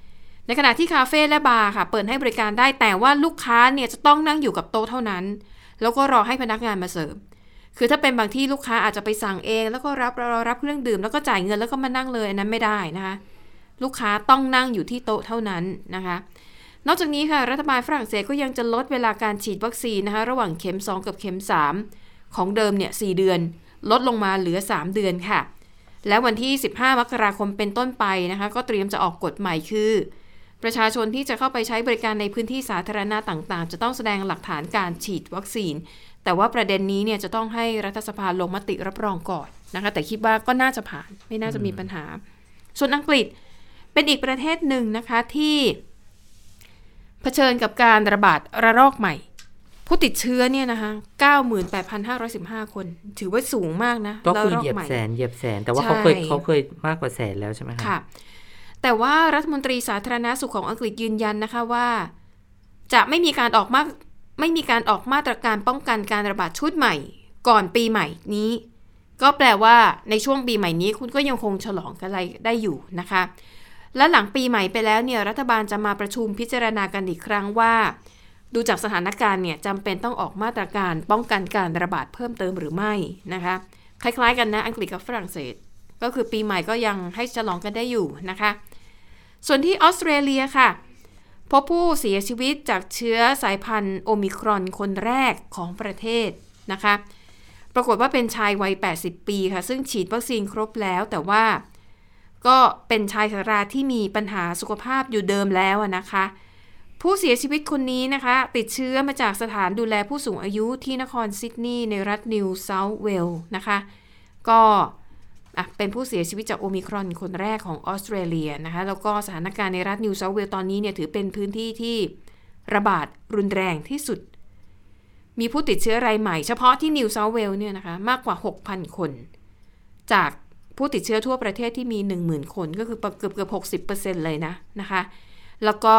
ในขณะที่คาเฟ่และบาร์ค่ะเปิดให้บริการได้แต่ว่าลูกค้าเนี่ยจะต้องนั่งอยู่กับโต๊ะเท่านั้นแล้วก็รอให้พนักงานมาเสิร์ฟคือถ้าเป็นบางที่ลูกค้าอาจจะไปสั่งเองแล้วก็รับรอรับเครื่องดื่มแล้วก็จ่ายเงินแล้วก็มานั่งเลยอันนั้นไม่ได้นะคะลูกค้าต้องนั่งอยู่ที่โต๊ะเท่านั้นนะคะนอกจากนี้ค่ะรัฐบาลฝรั่งเศสก็ยังจะลดเวลาการฉีดวัคซีนนะคะระหว่างเข็มสองกับเข็มสามของเดิมเนี่ยสี่เดือนลดลงมาเหลือสามเดือนค่ะและวันที่สิบห้ามกราคมเป็นต้นไปนะคะก็เตรียมจะออกกฎใหม่คือประชาชนที่จะเข้าไปใช้บริการในพื้นที่สาธารณะต่างๆจะต้องแสดงหลักฐานการฉีดวัคซีนแต่ว่าประเด็นนี้เนี่ยจะต้องให้รัฐสภาลงมติรับรองก่อนนะคะแต่คิดว่าก็น่าจะผ่านไม่น่าจะมีปัญหาส่วนอังกฤษเป็นอีกประเทศหนึ่งนะคะที่เผชิญกับการระบาดระลอกใหม่ผู้ติดเชื้อเนี่ยนะคะ เก้าหมื่นแปดพันห้าร้อยสิบห้า คนถือว่าสูงมากนะก็คือเหยียบแสนเหยียบแสนแต่ว่าเขาเคยเขาเคยมากกว่าแสนแล้วใช่ไหมคะค่ะแต่ว่ารัฐมนตรีสาธารณสุขของอังกฤษยืนยันนะคะว่าจะไม่มีการออกมาไม่มีการออกมาตรการป้องกันการระบาดชุดใหม่ก่อนปีใหม่นี้ก็แปลว่าในช่วงปีใหม่นี้คุณก็ยังคงฉลองกันอะไรได้อยู่นะคะและหลังปีใหม่ไปแล้วเนี่ยรัฐบาลจะมาประชุมพิจารณากันอีกครั้งว่าดูจากสถานการณ์เนี่ยจำเป็นต้องออกมาตรการป้องกันการระบาดเพิ่มเติมหรือไม่นะคะคล้ายๆกันนะอังกฤษกับฝรั่งเศสก็คือปีใหม่ก็ยังให้ฉลองกันได้อยู่นะคะส่วนที่ออสเตรเลียค่ะพบผู้เสียชีวิตจากเชื้อสายพันธุ์โอมิครอนคนแรกของประเทศนะคะปรากฏว่าเป็นชายวัยแปดสิบปีค่ะซึ่งฉีดวัคซีนครบแล้วแต่ว่าก็เป็นชายชราที่มีปัญหาสุขภาพอยู่เดิมแล้วนะคะผู้เสียชีวิตคนนี้นะคะติดเชื้อมาจากสถานดูแลผู้สูงอายุที่นครซิดนีย์ในรัฐนิวเซาท์เวลส์นะคะก็เป็นผู้เสียชีวิตจากโอมิครอนคนแรกของออสเตรเลียนะคะแล้วก็สถานการณ์ในรัฐนิวเซาท์เวลส์ตอนนี้เนี่ยถือเป็นพื้นที่ที่ระบาดรุนแรงที่สุดมีผู้ติดเชื้อรายใหม่เฉพาะที่นิวเซาท์เวลส์เนี่ยนะคะมากกว่า หกพัน คนจากผู้ติดเชื้อทั่วประเทศที่มี หนึ่งหมื่น คนก็คือเกือบเกือบ หกสิบเปอร์เซ็นต์ เลยนะนะคะแล้วก็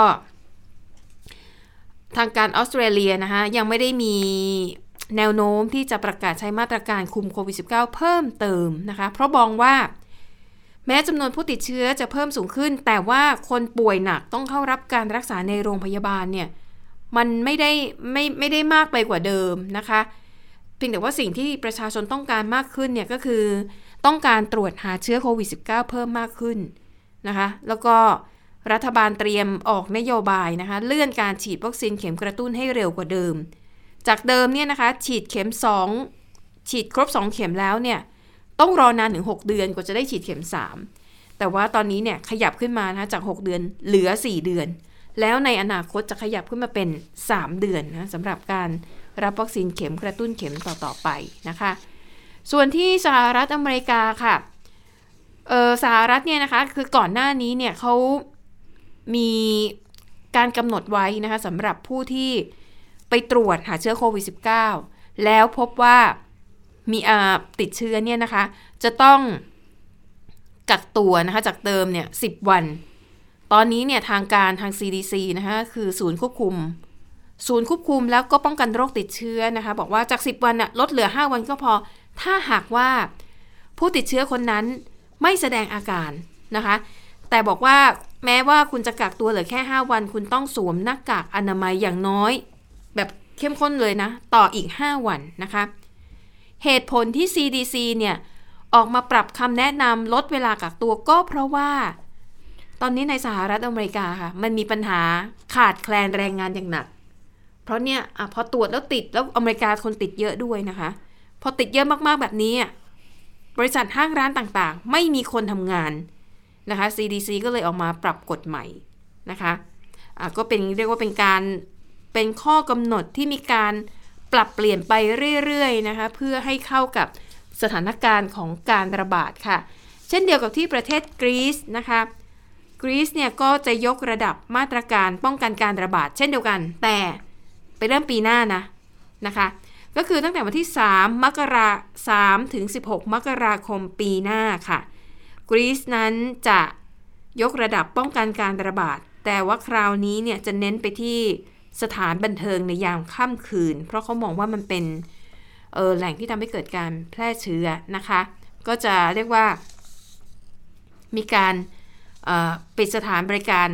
ทางการออสเตรเลียนะคะยังไม่ได้มีแนวโน้มที่จะประกาศใช้มาตรการคุมโควิด สิบเก้า เพิ่มเติมนะคะเพราะมองว่าแม้จำนวนผู้ติดเชื้อจะเพิ่มสูงขึ้นแต่ว่าคนป่วยหนักต้องเข้ารับการรักษาในโรงพยาบาลเนี่ยมันไม่ได้ไม่ไม่ได้มากไปกว่าเดิมนะคะเพียงแต่ว่าสิ่งที่ประชาชนต้องการมากขึ้นเนี่ยก็คือต้องการตรวจหาเชื้อโควิด สิบเก้า เพิ่มมากขึ้นนะคะแล้วก็รัฐบาลเตรียมออกนโยบายนะคะเลื่อนการฉีดวัคซีนเข็มกระตุ้นให้เร็วกว่าเดิมจากเดิมเนี่ยนะคะฉีดเข็มสองฉีดครบสองเข็มแล้วเนี่ยต้องรอนานถึงหกเดือนกว่าจะได้ฉีดเข็มสามแต่ว่าตอนนี้เนี่ยขยับขึ้นมานะจากหกเดือนเหลือสี่เดือนแล้วในอนาคตจะขยับขึ้นมาเป็นสามเดือนนะสำหรับการรับวัคซีนเข็มกระตุ้นเข็มต่อๆไปนะคะส่วนที่สหรัฐอเมริกาค่ะเออสหรัฐเนี่ยนะคะคือก่อนหน้านี้เนี่ยเขามีการกำหนดไว้นะคะสำหรับผู้ที่ไปตรวจหาเชื้อโควิด สิบเก้า แล้วพบว่ามีอาติดเชื้อเนี่ยนะคะจะต้องกักตัวนะคะจากเดิมเนี่ยสิบวันตอนนี้เนี่ยทางการทาง ซี ดี ซี นะคะคือศูนย์ควบคุมศูนย์ควบคุมแล้วก็ป้องกันโรคติดเชื้อนะคะบอกว่าจากสิบวันน่ะลดเหลือห้าวันก็พอถ้าหากว่าผู้ติดเชื้อคนนั้นไม่แสดงอาการนะคะแต่บอกว่าแม้ว่าคุณจะกักตัวเหลือแค่ห้าวันคุณต้องสวมหน้ากากอนามัยอย่างน้อยแบบเข้มข้นเลยนะต่ออีกห้าวันนะคะเหตุผลที่ ซี ดี ซี เนี่ยออกมาปรับคำแนะนำลดเวลากักตัวก็เพราะว่าตอนนี้ในสหรัฐอเมริกาค่ะมันมีปัญหาขาดแคลนแรงงานอย่างหนักเพราะเนี่ยอะพอตรวจแล้วติดแล้วอเมริกาคนติดเยอะด้วยนะคะพอติดเยอะมากๆแบบนี้บริษัทห้างร้านต่างๆไม่มีคนทำงานนะคะ ซี ดี ซี ก็เลยออกมาปรับกฎใหม่นะคะะก็เป็นเรียกว่าเป็นการเป็นข้อกำหนดที่มีการปรับเปลี่ยนไปเรื่อยๆนะคะเพื่อให้เข้ากับสถานการณ์ของการระบาดค่ะเช่นเดียวกับที่ประเทศกรีซนะคะกรีซเนี่ยก็จะยกระดับมาตรการป้องกันการระบาดเช่นเดียวกันแต่ไปเริ่มปีหน้านะนะคะก็คือตั้งแต่วันที่สามมกราคมสามถึงสิบหกมกราคมปีหน้าค่ะกรีซนั้นจะยกระดับป้องกันการระบาดแต่ว่าคราวนี้เนี่ยจะเน้นไปที่สถานบันเทิงในยามค่ำคืนเพราะเขามองว่ามันเป็นเออแหล่งที่ทำให้เกิดการแพร่เชื้อนะคะก็จะเรียกว่ามีการปิดสถานบริการ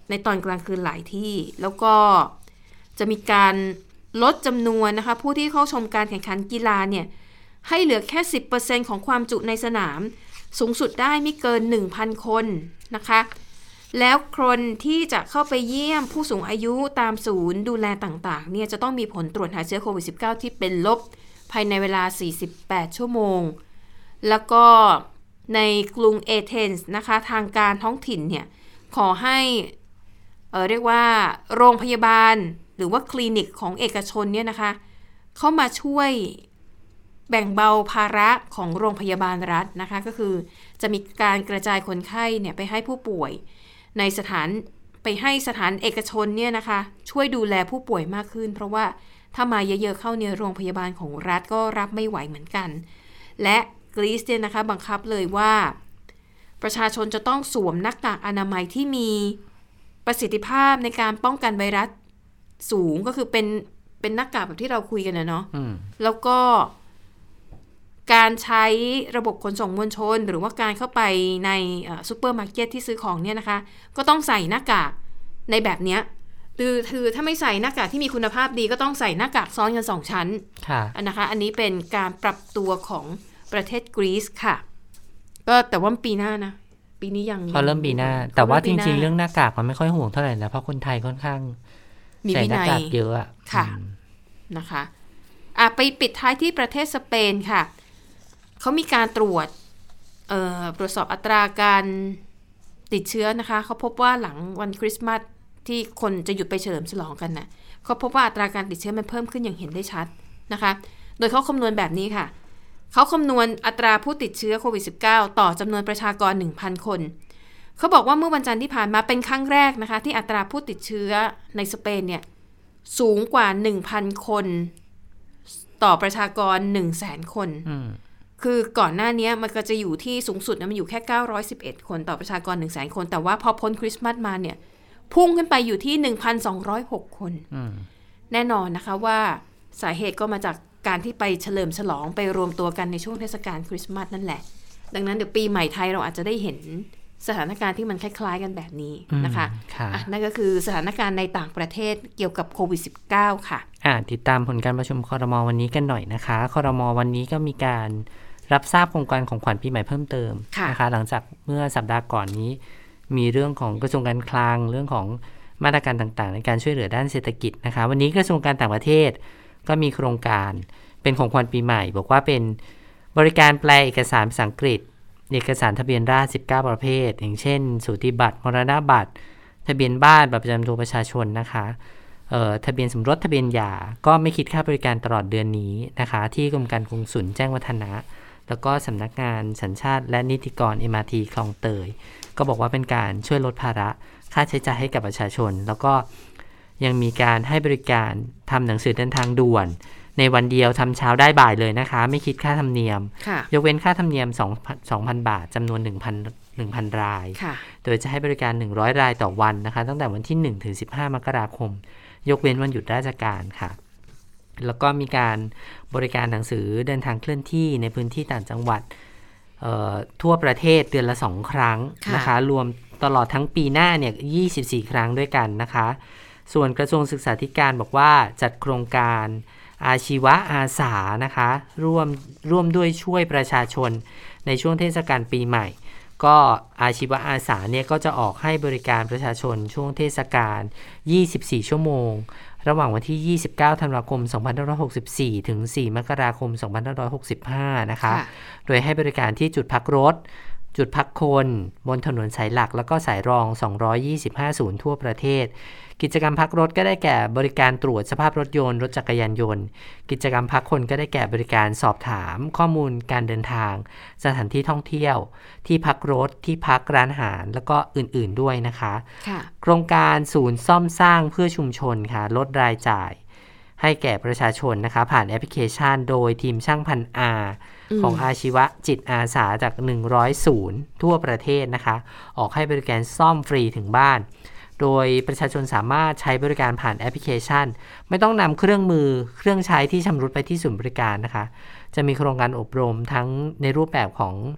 ในตอนกลางคืนหลายที่แล้วก็จะมีการลดจำนวนนะคะผู้ที่เข้าชมการแข่งขันกีฬาเนี่ยให้เหลือแค่ สิบเปอร์เซ็นต์ ของความจุในสนามสูงสุดได้ไม่เกิน หนึ่งพัน คนนะคะแล้วคนที่จะเข้าไปเยี่ยมผู้สูงอายุตามศูนย์ดูแลต่างๆเนี่ยจะต้องมีผลตรวจหาเชื้อโควิด สิบเก้า ที่เป็นลบภายในเวลาสี่สิบแปดชั่วโมงแล้วก็ในกรุงเอเธนส์นะคะทางการท้องถิ่นเนี่ยขอให้เอ่อเรียกว่าโรงพยาบาลหรือว่าคลินิกของเอกชนเนี่ยนะคะเข้ามาช่วยแบ่งเบาภาระของโรงพยาบาลรัฐนะคะก็คือจะมีการกระจายคนไข้เนี่ยไปให้ผู้ป่วยในสถานไปให้สถานเอกชนเนี่ยนะคะช่วยดูแลผู้ป่วยมากขึ้นเพราะว่าถ้ามาเยอะๆเข้าเนี่ยโรงพยาบาลของรัฐก็รับไม่ไหวเหมือนกันและกรีซเนี่ยนะคะบังคับเลยว่าประชาชนจะต้องสวมหน้ากากอนามัยที่มีประสิทธิภาพในการป้องกันไวรัสสูงก็คือเป็นเป็นหน้ากากแบบที่เราคุยกันนะเนาะแล้วก็การใช้ระบบขนส่งมวลชนหรือว่าการเข้าไปในซูเปอร์มาร์เก็ตที่ซื้อของเนี่ยนะคะก็ต้องใส่หน้ากากในแบบเนี้ยคือคือถ้าไม่ใส่หน้ากากที่มีคุณภาพดีก็ต้องใส่หน้ากากซ้อนกันสองชั้นนะคะอันนี้เป็นการปรับตัวของประเทศกรีซค่ะก็แต่ว่าปีหน้านะปีนี้ยังเขาเริ่มปีหน้าแต่ว่าจริงๆเรื่องหน้ากากมันไม่ค่อยห่วงเท่าไหร่นะเพราะคนไทยค่อนข้างใส่หน้ากากเยอะอ่ะค่ะนะคะอ่ะไปปิดท้ายที่ประเทศสเปนค่ะเขามีการตรวจเอ่อตรวจสอบอัตราการติดเชื้อนะคะเขาพบว่าหลังวันคริสต์มาสที่คนจะหยุดไปเฉลิมฉลองกันนะเขาพบว่าอัตราการติดเชื้อมันเพิ่มขึ้นอย่างเห็นได้ชัดนะคะโดยเขาคำนวณแบบนี้ค่ะเขาคำนวณอัตราผู้ติดเชื้อโควิด สิบเก้า ต่อจำนวนประชากร หนึ่งพัน คนเขาบอกว่าเมื่อวันจันทร์ที่ผ่านมาเป็นครั้งแรกนะคะที่อัตราผู้ติดเชื้อในสเปนเนี่ยสูงกว่า หนึ่งพัน คนต่อประชากร หนึ่งแสน คนคือก่อนหน้านี้มันก็จะอยู่ที่สูงสุดนะมันอยู่แค่เก้าร้อยสิบเอ็ดคนต่อประชากร หนึ่งแสน คนแต่ว่าพอพ้นคริสต์มาสมาเนี่ยพุ่งขึ้นไปอยู่ที่ หนึ่งพันสองร้อยหก คนแน่นอนนะคะว่าสาเหตุก็มาจากการที่ไปเฉลิมฉลองไปรวมตัวกันในช่วงเทศกาลคริสต์มาสนั่นแหละดังนั้นเดี๋ยวปีใหม่ไทยเราอาจจะได้เห็นสถานการณ์ที่มันคล้ายๆกันแบบนี้นะคะอ่ะนั่นก็คือสถานการณ์ในต่างประเทศเกี่ยวกับโควิด สิบเก้า ค่ะอ่ะติดตามผลการประชุมครม.วันนี้กันหน่อยนะคะครม.วันนี้ก็มีการรับทราบโครงการของขวัญปีใหม่เพิ่มเติมนะคะหลังจากเมื่อสัปดาห์ก่อนนี้มีเรื่องของกระทรวงการคลังเรื่องของมาตรการต่างๆในการช่วยเหลือด้านเศรษฐกิจนะคะวันนี้กระทรวงการต่างประเทศก็มีโครงการเป็นของขวัญปีใหม่บอกว่าเป็นบริการแปลเอกสารภาษาอังกฤษเอกสารทะเบียนราษฎร์สิบเก้าประเภทอย่างเช่นสูติบัตรมรณบัตรทะเบียนบ้านบัตรประจำตัวประชาชนนะคะเอ่อทะเบียนสมรสทะเบียนหย่าก็ไม่คิดค่าบริการตลอดเดือนนี้นะคะที่กรมการกงสุลแจ้งวัฒนะแล้วก็สำนักงานสัญชาติและนิติกร เอ็ม อาร์ ที คลองเตยก็บอกว่าเป็นการช่วยลดภาระค่าใช้จ่ายให้กับประชาชนแล้วก็ยังมีการให้บริการทำหนังสือเดินทางด่วนในวันเดียวทำเช้าได้บ่ายเลยนะคะไม่คิดค่าธรรมเนียมยกเว้นค่าธรรมเนียมสองพันบาทจำนวน หนึ่งพัน หนึ่งพัน รายโดยจะให้บริการหนึ่งร้อยรายต่อวันนะคะตั้งแต่วันที่หนึ่งถึงสิบห้ามกราคมยกเว้นวันหยุดราชการค่ะแล้วก็มีการบริการหนังสือเดินทางเคลื่อนที่ในพื้นที่ต่างจังหวัดทั่วประเทศเดือนละสองครั้งนะคะรวมตลอดทั้งปีหน้าเนี่ยยี่สิบสี่ครั้งด้วยกันนะคะส่วนกระทรวงศึกษาธิการบอกว่าจัดโครงการอาชีวะอาสานะคะร่วมร่วมด้วยช่วยประชาชนในช่วงเทศกาลปีใหม่ก็อาชีวะอาสาเนี่ยก็จะออกให้บริการประชาชนช่วงเทศกาลยี่สิบสี่ชั่วโมงระหว่างวันที่ยี่สิบเก้าธันวาคมสองพันห้าร้อยหกสิบสี่ถึงสี่มกราคมสองพันห้าร้อยหกสิบห้านะคะโดยให้บริการที่จุดพักรถจุดพักคนบนถนนสายหลักแล้วก็สายรองสองร้อยยี่สิบห้าศูนย์ทั่วประเทศกิจกรรมพักรถก็ได้แก่บริการตรวจสภาพรถยนต์รถจักรยานยนต์กิจกรรมพักคนก็ได้แก่บริการสอบถามข้อมูลการเดินทางสถานที่ท่องเที่ยวที่พักรถที่พักร้านอาหารแล้วก็อื่นๆด้วยนะคะโครงการศูนย์ซ่อมสร้างเพื่อชุมชนค่ะลดรายจ่ายให้แก่ประชาชนนะคะผ่านแอปพลิเคชันโดยทีมช่างพันอาของอาชีวะจิตอาสาจากหนึ่งร้อยศูนย์ทั่วประเทศนะคะออกให้บริการซ่อมฟรีถึงบ้านโดยประชาชนสามารถใช้บริการผ่านแอปพลิเคชันไม่ต้องนำเครื่องมือเครื่องใช้ที่ชำรุดไปที่ศูนย์บริการนะคะจะมีโครงการอบรมทั้งในรูปแบบของ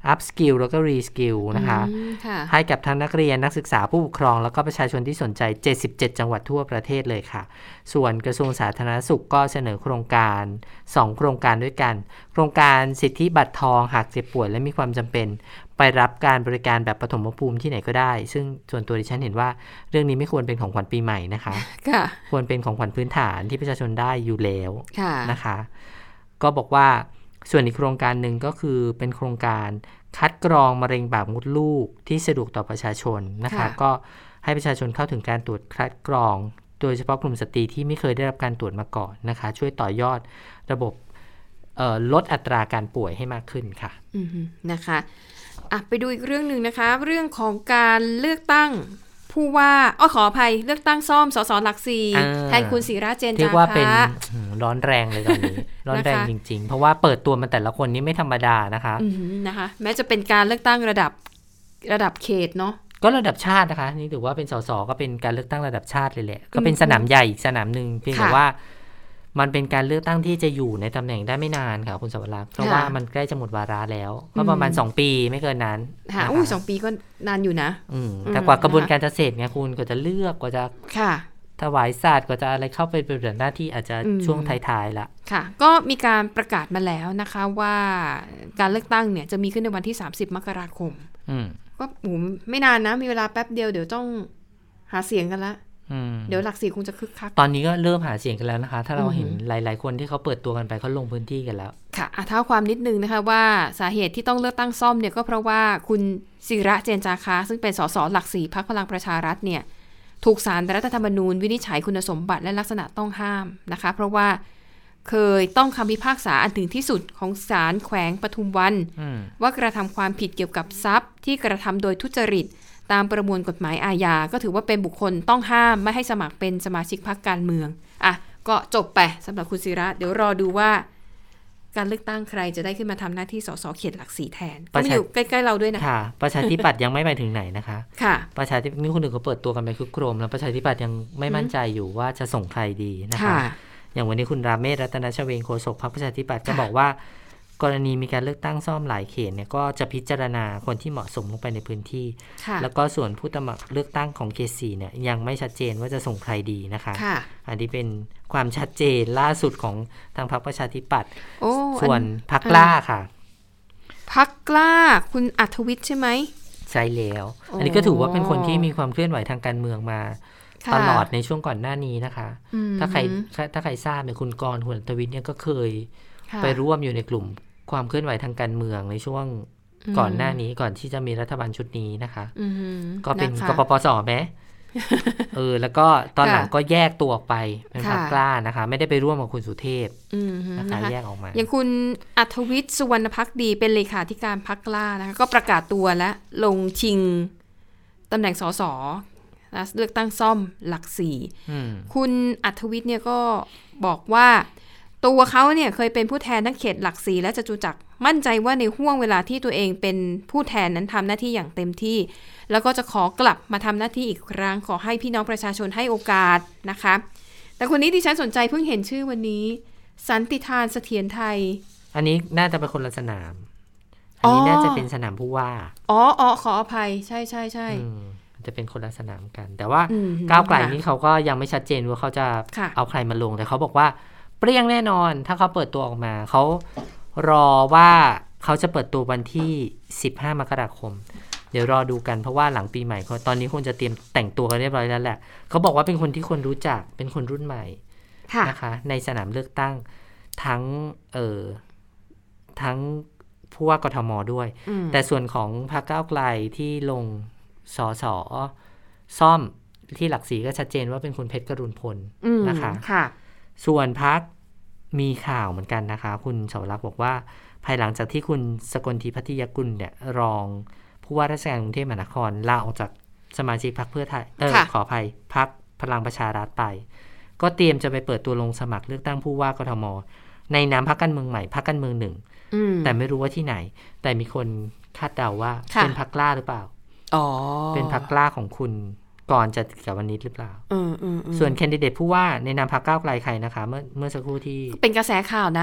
อัพสกิลแล้วก็รีสกิลนะคะให้กับทั้งนักเรียนนักศึกษาผู้ปกครองแล้วก็ประชาชนที่สนใจเจ็ดสิบเจ็ดจังหวัดทั่วประเทศเลยค่ะส่วนกระทรวงสาธารณสุขก็เสนอโครงการสองโครงการด้วยกันโครงการสิทธิบัตรทองหากเจ็บป่วยและมีความจำเป็นไปรับการบริการแบบปฐมภูมิที่ไหนก็ได้ซึ่งส่วนตัวดิฉันเห็นว่าเรื่องนี้ไม่ควรเป็นของขวัญปีใหม่นะคะควรเป็นของขวัญพื้นฐานที่ประชาชนได้อยู่แล้วนะคะก็บอกว่าส่วนอีกโครงการหนึ่งก็คือเป็นโครงการคัดกรองมะเร็งปากมดลูกที่สะดวกต่อประชาชนนะคะก็ให้ประชาชนเข้าถึงการตรวจคัดกรองโดยเฉพาะกลุ่มสตรีที่ไม่เคยได้รับการตรวจมาก่อนนะคะช่วยต่อยอดระบบลดอัตราการป่วยให้มากขึ้นค่ะนะคะอ่ะไปดูอีกเรื่องนึงนะคะเรื่องของการเลือกตั้งผู้ว่าอ้อขออภัยเลือกตั้งซ่อมสสหลักสี่แทนคุณศิระเจนจาคะเรียกว่าเป็นร้อนแรงเลยตอนนี้ ร้อนแรงจริงๆเพราะว่าเปิดตัวมันแต่ละคนนี้ไม่ธรรมดานะคะนะคะแม้จะเป็นการเลือกตั้งระดับระดับเขตเนาะก็ระดับชาตินะคะนี่ถือว่าเป็นสสก็เป็นการเลือกตั้งระดับชาติเลยแหละก็เป็นสนามใหญ่อีกสนามนึงเพียงแต่ว่ามันเป็นการเลือกตั้งที่จะอยู่ในตำแหน่งได้ไม่นานค่ะคุณสวรักษ์เพราะว่ามันใกล้จะหมดวาระแล้วก็ประมาณสองปีไม่เกินนั้นค่ะอู้สองปีก็นานอยู่นะอืมแต่กว่ากระบวนการจะเสร็จไงคุณก็จะเลือกกว่าจะค่ะถวายศาสตร์ก็จะอะไรเข้าไปเป็นหน้าที่อาจจะช่วงท้ายๆละค่ะก็มีการประกาศมาแล้วนะคะว่าการเลือกตั้งเนี่ยจะมีขึ้นในวันที่สามสิบมกราคมอืมก็โหไม่นานนะมีเวลาแป๊บเดียวเดี๋ยวต้องหาเสียงกันละเดี๋ยวหลักสี่คงจะคึกคักตอนนี้ก็เริ่มหาเสียงกันแล้วนะคะถ้าเราเห็นหลายๆคนที่เขาเปิดตัวกันไปเขาลงพื้นที่กันแล้วค่ะอ่ะเท้าความนิดนึงนะคะว่าสาเหตุที่ต้องเลือกตั้งซ่อมเนี่ยก็เพราะว่าคุณศิระเจนจาคะซึ่งเป็นสสหลักสี่พรรคพลังประชารัฐเนี่ยถูกศาลรัฐธรรมนูญวินิจฉัยคุณสมบัติและลักษณะต้องห้ามนะคะเพราะว่าเคยต้องคำพิพากษาอันถึงที่สุดของศาลแขวงปทุมวันว่ากระทำความผิดเกี่ยวกับทรัพย์ที่กระทำโดยทุจริตตามประมวลกฎหมายอาญาก็ถือว่าเป็นบุคคลต้องห้ามไม่ให้สมัครเป็นสมาชิกพรรคการเมืองอ่ะก็จบไปสำหรับคุณศิระเดี๋ยวรอดูว่าการเลือกตั้งใครจะได้ขึ้นมาทำหน้าที่สสเขตหลักสี่แทนก็อยู่ใกล้ๆเราด้วยนะค่ะประชาธิปัตย์ยังไม่ไปถึงไหนนะคะค่ะประชาธิปัตย์นี่คนอื่นเขาเปิดตัวกันไปคึกโครมแล้วประชาธิปัตย์ยังไม่มั่นใจอยู่ว่าจะส่งใครดีนะคะอย่างวันนี้คุณราเมศรัตนชเวงโฆษกพรรคประชาธิปัตย์ก็บอกว่ากรณีมีการเลือกตั้งซ่อมหลายเขตเนี่ยก็จะพิจารณาคนที่เหมาะสมลงไปในพื้นที่แล้วก็ส่วนผู้สมัครเลือกตั้งของเขตสี่เนี่ยยังไม่ชัดเจนว่าจะส่งใครดีนะคะอันนี้เป็นความชัดเจนล่าสุดของทางพรรคประชาธิปัตย์ส่วนพรรคกล้าค่ะพรรคกล้าคุณอัธวิทย์ใช่ไหมใช่แล้วอันนี้ก็ถือว่าเป็นคนที่มีความเคลื่อนไหวทางการเมืองมาตลอดในช่วงก่อนหน้านี้นะคะถ้าใครถ้าใครทราบเนี่ยคุณกรณ์คุณอัธวิทย์เนี่ยก็เคยไปร่วมอยู่ในกลุ่มความเคลื่อนไหวทางการเมืองในช่วงก่อนหน้านี้ก่อนที่จะมีรัฐบาลชุดนี้นะคะก็เป็นกปปสไหมเออแล้วก็ตอนหลังก็แยกตัวออกไปเป็นพรรคกล้านะคะไม่ได้ไปร่วมกับคุณสุเทพนะคะแยกออกมาอย่างคุณอัธวิทย์สุวรรณภักดีเป็นเลขาธิการพรรคกล้านะคะก็ประกาศตัวและลงชิงตำแหน่งสสเลือกตั้งซ่อมหลักสี่คุณอัธวิทย์เนี่ยก็บอกว่าตัวเขาเนี่ยเคยเป็นผู้แทนทั้งเขตหลักสี่และจตุจักรมั่นใจว่าในห่วงเวลาที่ตัวเองเป็นผู้แทนนั้นทำหน้าที่อย่างเต็มที่แล้วก็จะขอกลับมาทำหน้าที่อีกครั้งขอให้พี่น้องประชาชนให้โอกาสนะคะแต่คนนี้ที่ฉันสนใจเพิ่งเห็นชื่อวันนี้สันติธานเสถียรไทยอันนี้น่าจะเป็นคนละสนามอันนี้น่าจะเป็นสนามผู้ว่าอ๋ออ๋อขออภัยใช่ใช่ใช่จะเป็นคนละสนามกันแต่ว่าก้าวไกลนี่เขาก็ยังไม่ชัดเจนว่าเขาจะเอาใครมาลงแต่เขาบอกว่าเปรี้ยงแน่นอนถ้าเขาเปิดตัวออกมาเขารอว่าเขาจะเปิดตัววันที่สิบห้ามกราคมเดี๋ยวรอดูกันเพราะว่าหลังปีใหม่เขาตอนนี้คงจะเตรียมแต่งตัวกันเรียบร้อยแล้วแหละเขาบอกว่าเป็นคนที่คนรู้จักเป็นคนรุ่นใหม่นะคะในสนามเลือกตั้งทั้งเอ่อทั้งผู้ว่ากทมด้วยแต่ส่วนของพรรคก้าวไกลที่ลงสสซ่อมที่หลักสี่ก็ชัดเจนว่าเป็นคุณเพชรกรุณพลนะคะส่วนพรรคมีข่าวเหมือนกันนะคะคุณเฉลิมรักษ์บอกว่าภายหลังจากที่คุณสกลทีพัทยกุลเนี่ยรองผู้ว่าราชการกรุงเทพมหานครลาออกจากสมาชิกพรรคเพื่อไทยเออขออภัยพรรคพลังประชารัฐไปก็เตรียมจะไปเปิดตัวลงสมัครเลือกตั้งผู้ว่ากทมในนามพรรคการเมืองใหม่พรรคการเมืองหนึ่งแต่ไม่รู้ว่าที่ไหนแต่มีคนคาดเดาว่าเป็นพรรคกล้าหรือเปล่าอ๋อเป็นพรรคกล้าของคุณก่อนจะกับวันนี้หรือเปล่าส่วนแคนดิเดตผู้ว่าในนามพรรคก้าวไกลใครนะคะเมื่อเมื่อสักครู่ที่เป็นกระแสข่าวนะ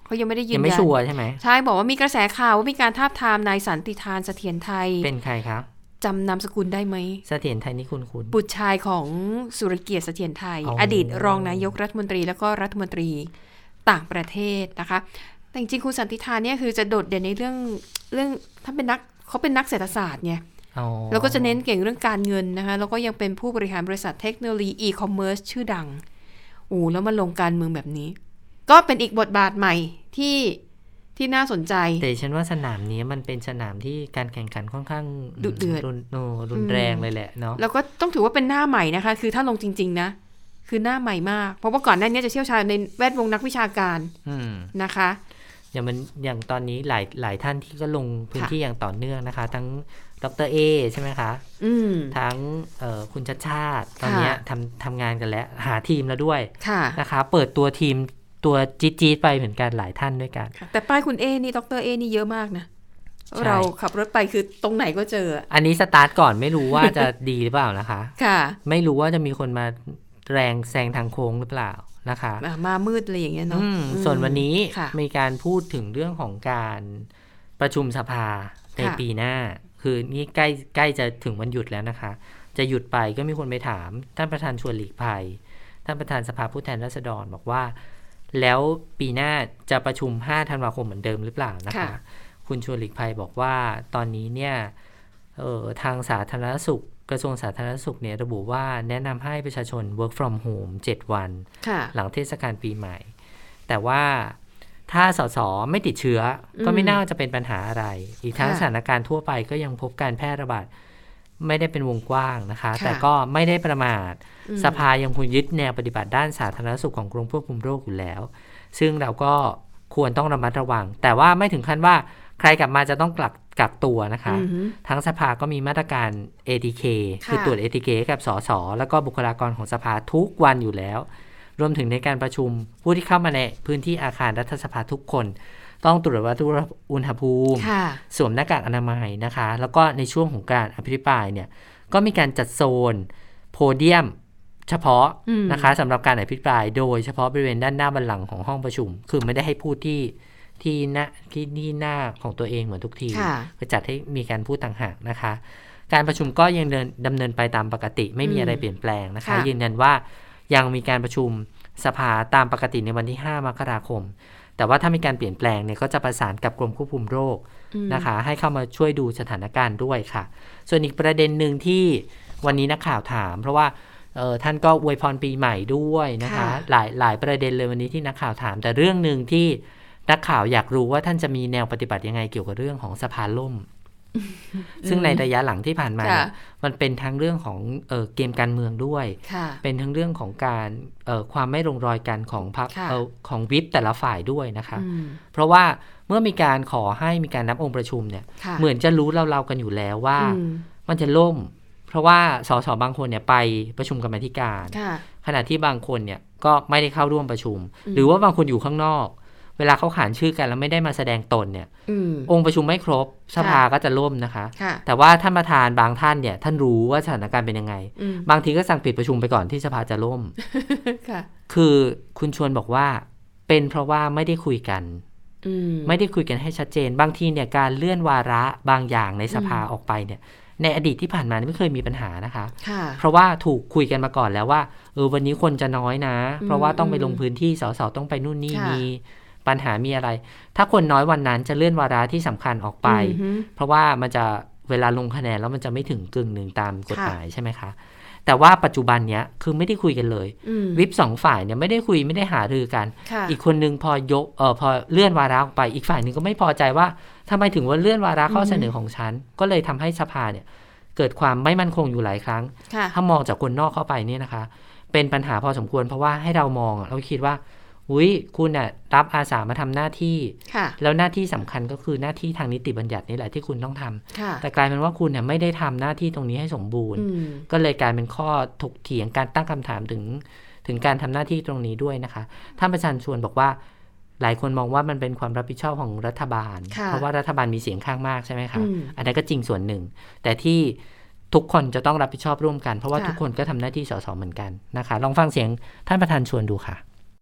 เขายังไม่ได้ยืนยันยังไม่ชัวร์ใช่ไหมใช่บอกว่ามีกระแสข่าวว่ามีการทาบทามนายสันติธารเสถียรไทยเป็นใครครับจำนามสกุลได้ไหมเสถียรไทยนี่คุณคุณบุตรชายของสุรเกียรติเสถียรไทย อ, อดีตรองนายกรัฐมนตรีแล้วก็รัฐมนตรีต่างประเทศนะคะแต่จริงๆคุณสันติธารเนี่ยคือจะโดดเด่นในเรื่องเรื่องถ้าเป็นนักเขาเป็นนักเศรษฐศาสตร์ไงแล้วก็จะเน้นเก่งเรื่องการเงินนะคะแล้วก็ยังเป็นผู้บริหารบริษัทเทคโนโลยีอีคอมเมิร์ซชื่อดังโอ้แล้วมาลงการเมืองแบบนี้ก็เป็นอีกบทบาทใหม่ที่ที่น่าสนใจแต่ฉันว่าสนามนี้มันเป็นสนามที่การแข่งขันค่อนข้างดุเดือดรุนแรงเลยแหละเนาะแล้วก็ต้องถือว่าเป็นหน้าใหม่นะคะคือถ้าลงจริงๆนะคือหน้าใหม่มากเพราะว่าก่อนหน้านี้จะเชี่ยวชาญในแวดวงนักวิชาการนะคะอย่างมันอย่างตอนนี้หลายหลายท่านที่ก็ลงพื้นที่อย่างต่อเนื่องนะคะทั้งดร.เอใช่ไหมคะทั้งคุณชัชชาติตอนนี้ทำทำงานกันแล้วหาทีมแล้วด้วยนะคะเปิดตัวทีมตัวจี๊ดๆไปเหมือนกันหลายท่านด้วยกันแต่ป้ายคุณเอนี่ดร.เอนี่เยอะมากนะเราขับรถไปคือตรงไหนก็เจออันนี้สตาร์ทก่อนไม่รู้ว่าจะดีหรือเปล่านะคะค่ะไม่รู้ว่าจะมีคนมาแรงแซงทางโค้งหรือเปล่านะคะมามืดอะไรอย่างเงี้ยเนาะส่วนวันนี้มีการพูดถึงเรื่องของการประชุมสภาในปีหน้าคือนี่ใกล้ใกล้จะถึงวันหยุดแล้วนะคะจะหยุดไปก็มีคนไปถามท่านประธานชวนหลีกภัยท่านประธานสภาผู้แทนราษฎรบอกว่าแล้วปีหน้าจะประชุมห้าธันวาคมเหมือนเดิมหรือเปล่านะคะคุณชวนหลีกภัยบอกว่าตอนนี้เนี่ยเอ่อทางสาธารณสุขกระทรวงสาธารณสุขเนี่ยระบุว่าแนะนำให้ประชาชน work from home เจ็ดวันหลังเทศกาลปีใหม่แต่ว่าถ้าสสไม่ติดเชื้อก็ไม่น่าจะเป็นปัญหาอะไรอีกทั้งสถานการณ์ทั่วไปก็ยังพบการแพร่ระบาดไม่ได้เป็นวงกว้างนะคะแต่ก็ไม่ได้ประมาทสภายังคงยึดแนวปฏิบัติด้านสาธารณสุขของกรมควบคุมโรคอยู่แล้วซึ่งเราก็ควรต้องระมัดระวังแต่ว่าไม่ถึงขั้นว่าใครกลับมาจะต้องกักกักตัวนะคะทั้งสภาก็มีมาตรการ เอ ที เค คือตรวจ เอ ที เค กับสสแล้วก็บุคลากรของสภาทุกวันอยู่แล้วรวมถึงในการประชุมผู้ที่เข้ามาในพื้นที่อาคารรัฐสภาทุกคนต้องตรวจวัดอุณหภูมิสวมหน้ากากอนามัยนะคะแล้วก็ในช่วงของการอภิปรายเนี่ยก็มีการจัดโซนโพเดียมเฉพาะนะคะสำหรับการอภิปรายโดยเฉพาะบริเวณด้านหน้าบัลลังก์ของห้องประชุมคือไม่ได้ให้พูดที่ที่หน้าที่ที่หน้าของตัวเองเหมือนทุกทีก็จัดให้มีการพูดต่างหากนะคะการประชุมก็ยังเดินดำเนินไปตามปกติไม่มีอะไรเปลี่ยนแปลงนะคะยืนยันว่ายังมีการประชุมสภาตามปกติในวันที่ห้ามกราคมแต่ว่าถ้ามีการเปลี่ยนแปลงเนี่ยก็จะประสานกับกรมควบคุมโรคนะคะให้เข้ามาช่วยดูสถานการณ์ด้วยค่ะส่วนอีกประเด็นหนึ่งที่วันนี้นักข่าวถามเพราะว่าเออท่านก็อวยพรปีใหม่ด้วยนะคะหลายหลายประเด็นเลยวันนี้ที่นักข่าวถามแต่เรื่องนึงที่นักข่าวอยากรู้ว่าท่านจะมีแนวปฏิบัติยังไงเกี่ยวกับเรื่องของสภาล่มซึ่งในระยะหลังที่ผ่านมามันเป็นทั้งเรื่องของเอ่อเกมการเมืองด้วยเป็นทั้งเรื่องของการเอ่อความไม่ลงรอยกันของพรรคเอ่อของวิปแต่ละฝ่ายด้วยนะคะเพราะว่าเมื่อมีการขอให้มีการนับองค์ประชุมเนี่ยเหมือนจะรู้เล่าๆกันอยู่แล้วว่ามันจะล่มเพราะว่าสสบางคนเนี่ยไปประชุมกรรมาธิการขณะที่บางคนเนี่ยก็ไม่ได้เข้าร่วมประชุมหรือว่าบางคนอยู่ข้างนอกเวลาเขาขานชื่อกันแล้วไม่ได้มาแสดงตนเนี่ย อ, องค์ประชุมไม่ครบสภาก็จะล่มนะคะแต่ว่าท่านประธานบางท่านเนี่ยท่านรู้ว่าสถานการณ์เป็นยังไงบางทีก็สั่งปิดประชุมไปก่อนที่สภาจะล่ม คือคุณชวนบอกว่าเป็นเพราะว่าไม่ได้คุยกันไม่ได้คุยกันให้ชัดเจนบางทีเนี่ยการเลื่อนวาระบางอย่างในสภาออกไปเนี่ยในอดีตที่ผ่านมาไม่เคยมีปัญหานะคะเพราะว่าถูกคุยกันมาก่อนแล้วว่าเออวันนี้คนจะน้อยนะเพราะว่าต้องไปลงพื้นที่สสต้องไปนู่นนี่มีปัญหามีอะไรถ้าคนน้อยวันนั้นจะเลื่อนวาระที่สำคัญออกไปเพราะว่ามันจะเวลาลงคะแนนแล้วมันจะไม่ถึงกึ่งหนึ่งตามกฎหมายใช่ไหมคะแต่ว่าปัจจุบันเนี้ยคือไม่ได้คุยกันเลยวิปสองฝ่ายเนี่ยไม่ได้คุยไม่ได้หารือกันอีกคนนึงพอยกเออพอเลื่อนวาระออกไปอีกฝ่ายนึงก็ไม่พอใจว่าทำไมถึงว่าเลื่อนวาระข้อเสนอของฉันก็เลยทำให้สภาเนี่ยเกิดความไม่มั่นคงอยู่หลายครั้งถ้ามองจากคนนอกเข้าไปเนี่ยนะคะเป็นปัญหาพอสมควรเพราะว่าให้เรามองเราคิดว่าอุ้ยคุณน่ะรับอาสามาทำหน้าที่แล้วหน้าที่สำคัญก็คือหน้าที่ทางนิติบัญญัตินี่แหละที่คุณต้องทำแต่กลายเป็นว่าคุณเนี่ยไม่ได้ทำหน้าที่ตรงนี้ให้สมบูรณ์ก็เลยกลายเป็นข้อถกเถียงการตั้งคำถามถึงถึงการทำหน้าที่ตรงนี้ด้วยนะคะท่านประธานชวนบอกว่าหลายคนมองว่ามันเป็นความรับผิดชอบของรัฐบาลเพราะว่ารัฐบาลมีเสียงข้างมากใช่ไหมคะอันนั้นก็จริงส่วนหนึ่งแต่ที่ทุกคนจะต้องรับผิดชอบร่วมกันเพราะว่าทุกคนก็ทำหน้าที่สสเหมือนกันนะคะลองฟังเสียงท่านประธานชวนดูค่ะ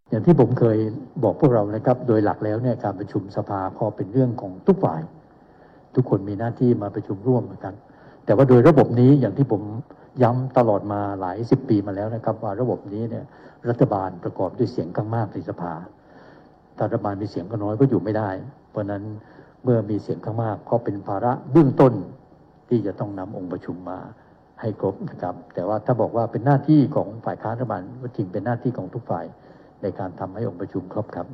อย่างที่ผมเคยบอกพวกเรานะครับโดยหลักแล้วเนี่ยการประชุมสภาก็เป็นเรื่องของทุกฝ่ายทุกคนมีหน้าที่มาประชุมร่วมกันแต่ว่าโดยระบบนี้อย่างที่ผมย้ำตลอดมาหลายสิบปีมาแล้วนะครับว่าระบบนี้เนี่ยรัฐบาลประกอบด้วยเสียงข้างมากในสภาถ้ารัฐบาลมีเสียงข้างน้อยก็อยู่ไม่ได้เพราะนั้นเมื่อมีเสียงข้างมากก็เป็นภาระเบื้องต้นที่จะต้องนำองค์ประชุมมาให้ครบนะครับแต่ว่าถ้าบอกว่าเป็นหน้าที่ของฝ่ายค้านรัฐบาลก็จริงเป็นหน้าที่ของทุกฝ่ายในการทำให้องค์ประชุมครบครับ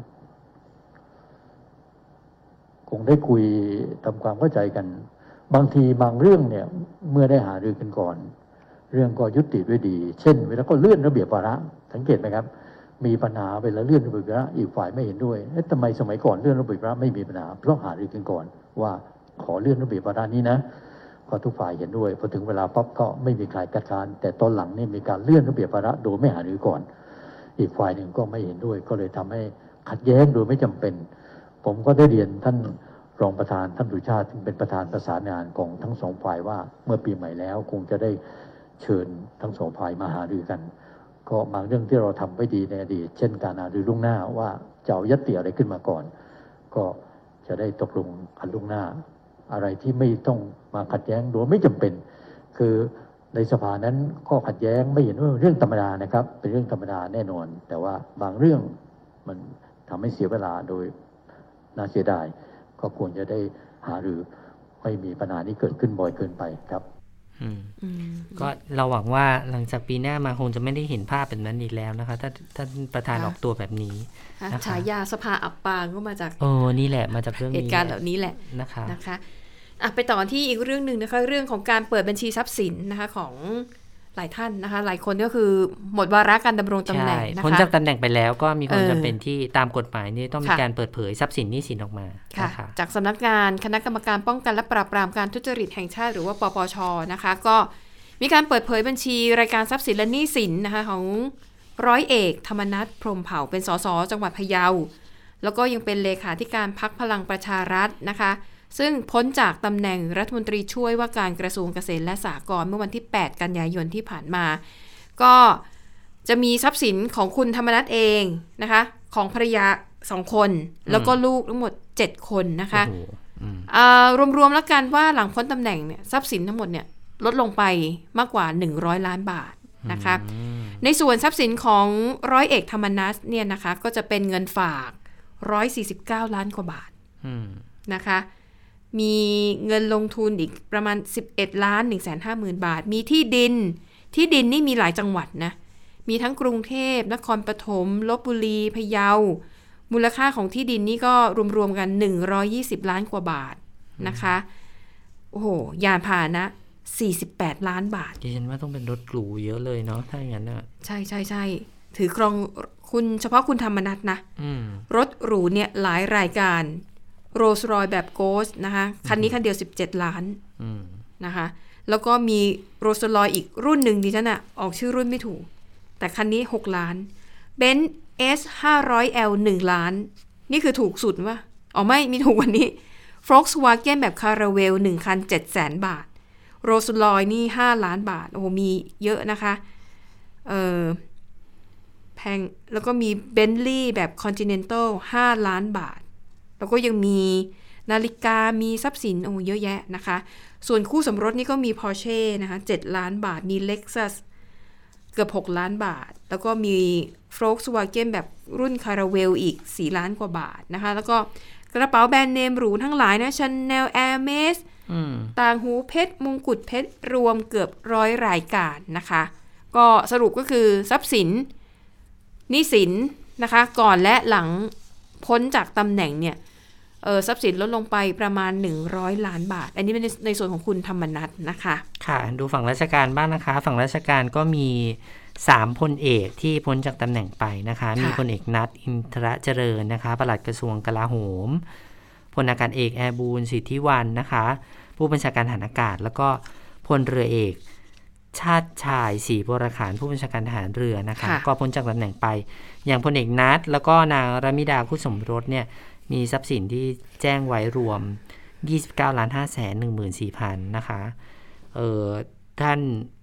คงได้คุยทำความเข้าใจกันบางทีบางเรื่องเนี่ยเมื่อได้หารือกันก่อนเรื่องก็ยุติด้วยดีเช่นเวลาก็เลื่อนระเบียบวาระสังเกตไหมครับมีปัญหาเวลาเลื่อนระเบียบวาระอีกฝ่ายไม่เห็นด้วยเอ๊ะทำไมสมัยก่อนเลื่อนระเบียบวาระไม่มีปัญหาเพราะหารือกันก่อนว่าขอเลื่อนระเบียบวาระนี้นะพอทุกฝ่ายเห็นด้วยพอถึงเวลาปั๊บก็ไม่มีใครคัดค้านแต่ตอนหลังนี่มีการเลื่อนระเบียบวาระโดยไม่หารือก่อนอีกฝ่ายหนึ่งก็ไม่เห็นด้วยก็เลยทำให้ขัดแย้งโดยไม่จำเป็นผมก็ได้เรียนท่านรองประธานท่านสุชาติซึ่งเป็นประธานประสานงานของทั้งสองฝ่ายว่าเมื่อปีใหม่แล้วคงจะได้เชิญทั้งสองฝ่ายมาหารือกันก็บางเรื่องที่เราทำไว้ดีในอดีตเช่นการหารือล่วงหน้าว่าจะเอาญัตติอะไรขึ้นมาก่อนก็จะได้ตกลงกันล่วงหน้าอะไรที่ไม่ต้องมาขัดแย้งโดยไม่จำเป็นคือในสภานั้นข้อขัดแย้งไม่เห็นว่าเรื่องธรรมดานะครับเป็นเรื่องธรรมดาแน่นอนแต่ว่าบางเรื่องมันทำให้เสียเวลาโดยน่าเสียดายก็ควรจะได้หาหรือไม่มีปัญหานี้เกิดขึ้นบ่อยเกินไปครับก็เราหวังว่าหลังจากปีหน้ามาคงจะไม่ได้เห็นภาพแบบนั้นอีกแล้วนะคะถ้าท่านประธานออกตัวแบบนี้ฉายาสภาอับปางก็มาจากโอ้นี่แหละมาจากเรื่องเหตุการณ์เหล่านี้แหละนะคะนะคะอ่ะไปต่อที่อีกเรื่องนึงนะคะเรื่องของการเปิดบัญชีทรัพย์สินนะคะของหลายท่านนะคะหลายคนก็คือหมดวาระการดำรงตำแหน่งนะคะพ้นจากตำแหน่งไปแล้วก็มีความจำเป็นที่ตามกฎหมายนี่ต้องมีการเปิดเผยทรัพย์สินหนี้สินออกมาค่ะจากสำนักงานคณะกรรมการป้องกันและปราบปรามการทุจริตแห่งชาติหรือว่าปปช.นะคะก็มีการเปิดเผยบัญชีรายการทรัพย์สินและหนี้สินนะคะของร้อยเอกธรรมนัสพรหมเผ่าเป็นสสจังหวัดพะเยาแล้วก็ยังเป็นเลขาธิการพรรคพลังประชารัฐนะคะซึ่งพ้นจากตำแหน่งรัฐมนตรีช่วยว่าการกระทรวงเกษตรและสหกรณ์เมื่อวันที่แปดกันยายนที่ผ่านมาก็จะมีทรัพย์สินของคุณธรรมนัสเองนะคะของภรรยาสองคนแล้วก็ลูกทั้งหมดเจ็ดคนนะคะรวมๆแล้วกันว่าหลังพ้นตำแหน่งเนี่ยทรัพย์สินทั้งหมดเนี่ยลดลงไปมากกว่าหนึ่งร้อยล้านบาทนะคะในส่วนทรัพย์สินของร้อยเอกธรรมนัสเนี่ยนะคะก็จะเป็นเงินฝากหนึ่งร้อยสี่สิบเก้าล้านกว่าบาทนะคะมีเงินลงทุนอีกประมาณสิบเอ็ดล้าน หนึ่งแสนห้าหมื่น บาทมีที่ดินที่ดินนี่มีหลายจังหวัดนะมีทั้งกรุงเทพนครปฐมลพบุรีพะเยามูลค่าของที่ดินนี่ก็รวมๆกันหนึ่งร้อยยี่สิบล้านกว่าบาทนะคะโอ้โหยานพาหนะสี่สิบแปดล้านบาทดิฉันว่าต้องเป็นรถหรูเยอะเลยเนาะถ้าอย่างนั้นน่ะใช่ๆๆถือครองคุณเฉพาะคุณธรรมนัสนะรถหรูเนี่ยหลายรายการโรลส์รอยซ์แบบโกสต์นะคะคันนี้คันเดียวสิบเจ็ดล้านนะคะแล้วก็มีโรลส์รอยซ์อีกรุ่นหนึ่งดิฉันน่ะออกชื่อรุ่นไม่ถูกแต่คันนี้หกล้านเบนซ์ เอส ห้าร้อยแอล หนึ่งล้านนี่คือถูกสุดวะอ๋อไม่มีถูกกว่านี้ Volkswagen แบบคาราเวลหนึ่งคัน เจ็ดแสน บาทโรลส์รอยซ์นี่ห้าล้านบาทโอ้โหมีเยอะนะคะเออแพงแล้วก็มี Bentley แบบ Continental ห้าล้านบาทแล้วก็ยังมีนาฬิกามีทรัพย์สินโอ้เยอะแยะนะคะส่วนคู่สมรสนี่ก็มี Porsche นะคะเจ็ดล้านบาทมี Lexus เกือบหกล้านบาทแล้วก็มี Volkswagen แบบรุ่น Caravelle อีกสี่ล้านกว่าบาทนะคะแล้วก็กระเป๋าแบรนด์เนมหรูทั้งหลายนะ Chanel Hermes ต่างหูเพชรมงกุฎเพชรรวมเกือบร้อยรายการนะคะก็สรุปก็คือทรัพย์สินหนี้สินนะคะก่อนและหลังพ้นจากตำแหน่งเนี่ยเออทรัพย์สินลดลงไปประมาณหนึ่งร้อยล้านบาทอันนี้เป็นในส่วนของคุณธรรมนัสนะคะค่ะดูฝั่งราชการบ้างนะคะฝั่งราชการก็มีสามพลเอกที่พ้นจากตำแหน่งไปนะคะมีพลเอกนัทอินทรเจริญนะคะปลัดกระทรวงกลาโหมพลอากาศเอกแอร์บูนสิทธิวันนะคะผู้บัญชาการทหารอากาศแล้วก็พลเรือเอกชาติชายศรีวรขานผู้บัญชาการทหารเรือนะคะก็พ้นจากตำแหน่งไปอย่างพลเอกนัทแล้วก็นางรมิดาคู่สมรสเนี่ยมีทรัพย์สินที่แจ้งไว้รวมยี่สิบเก้าล้านห้าแสนหนึ่งหมื่นสี่พันนะคะเอ่อท่าน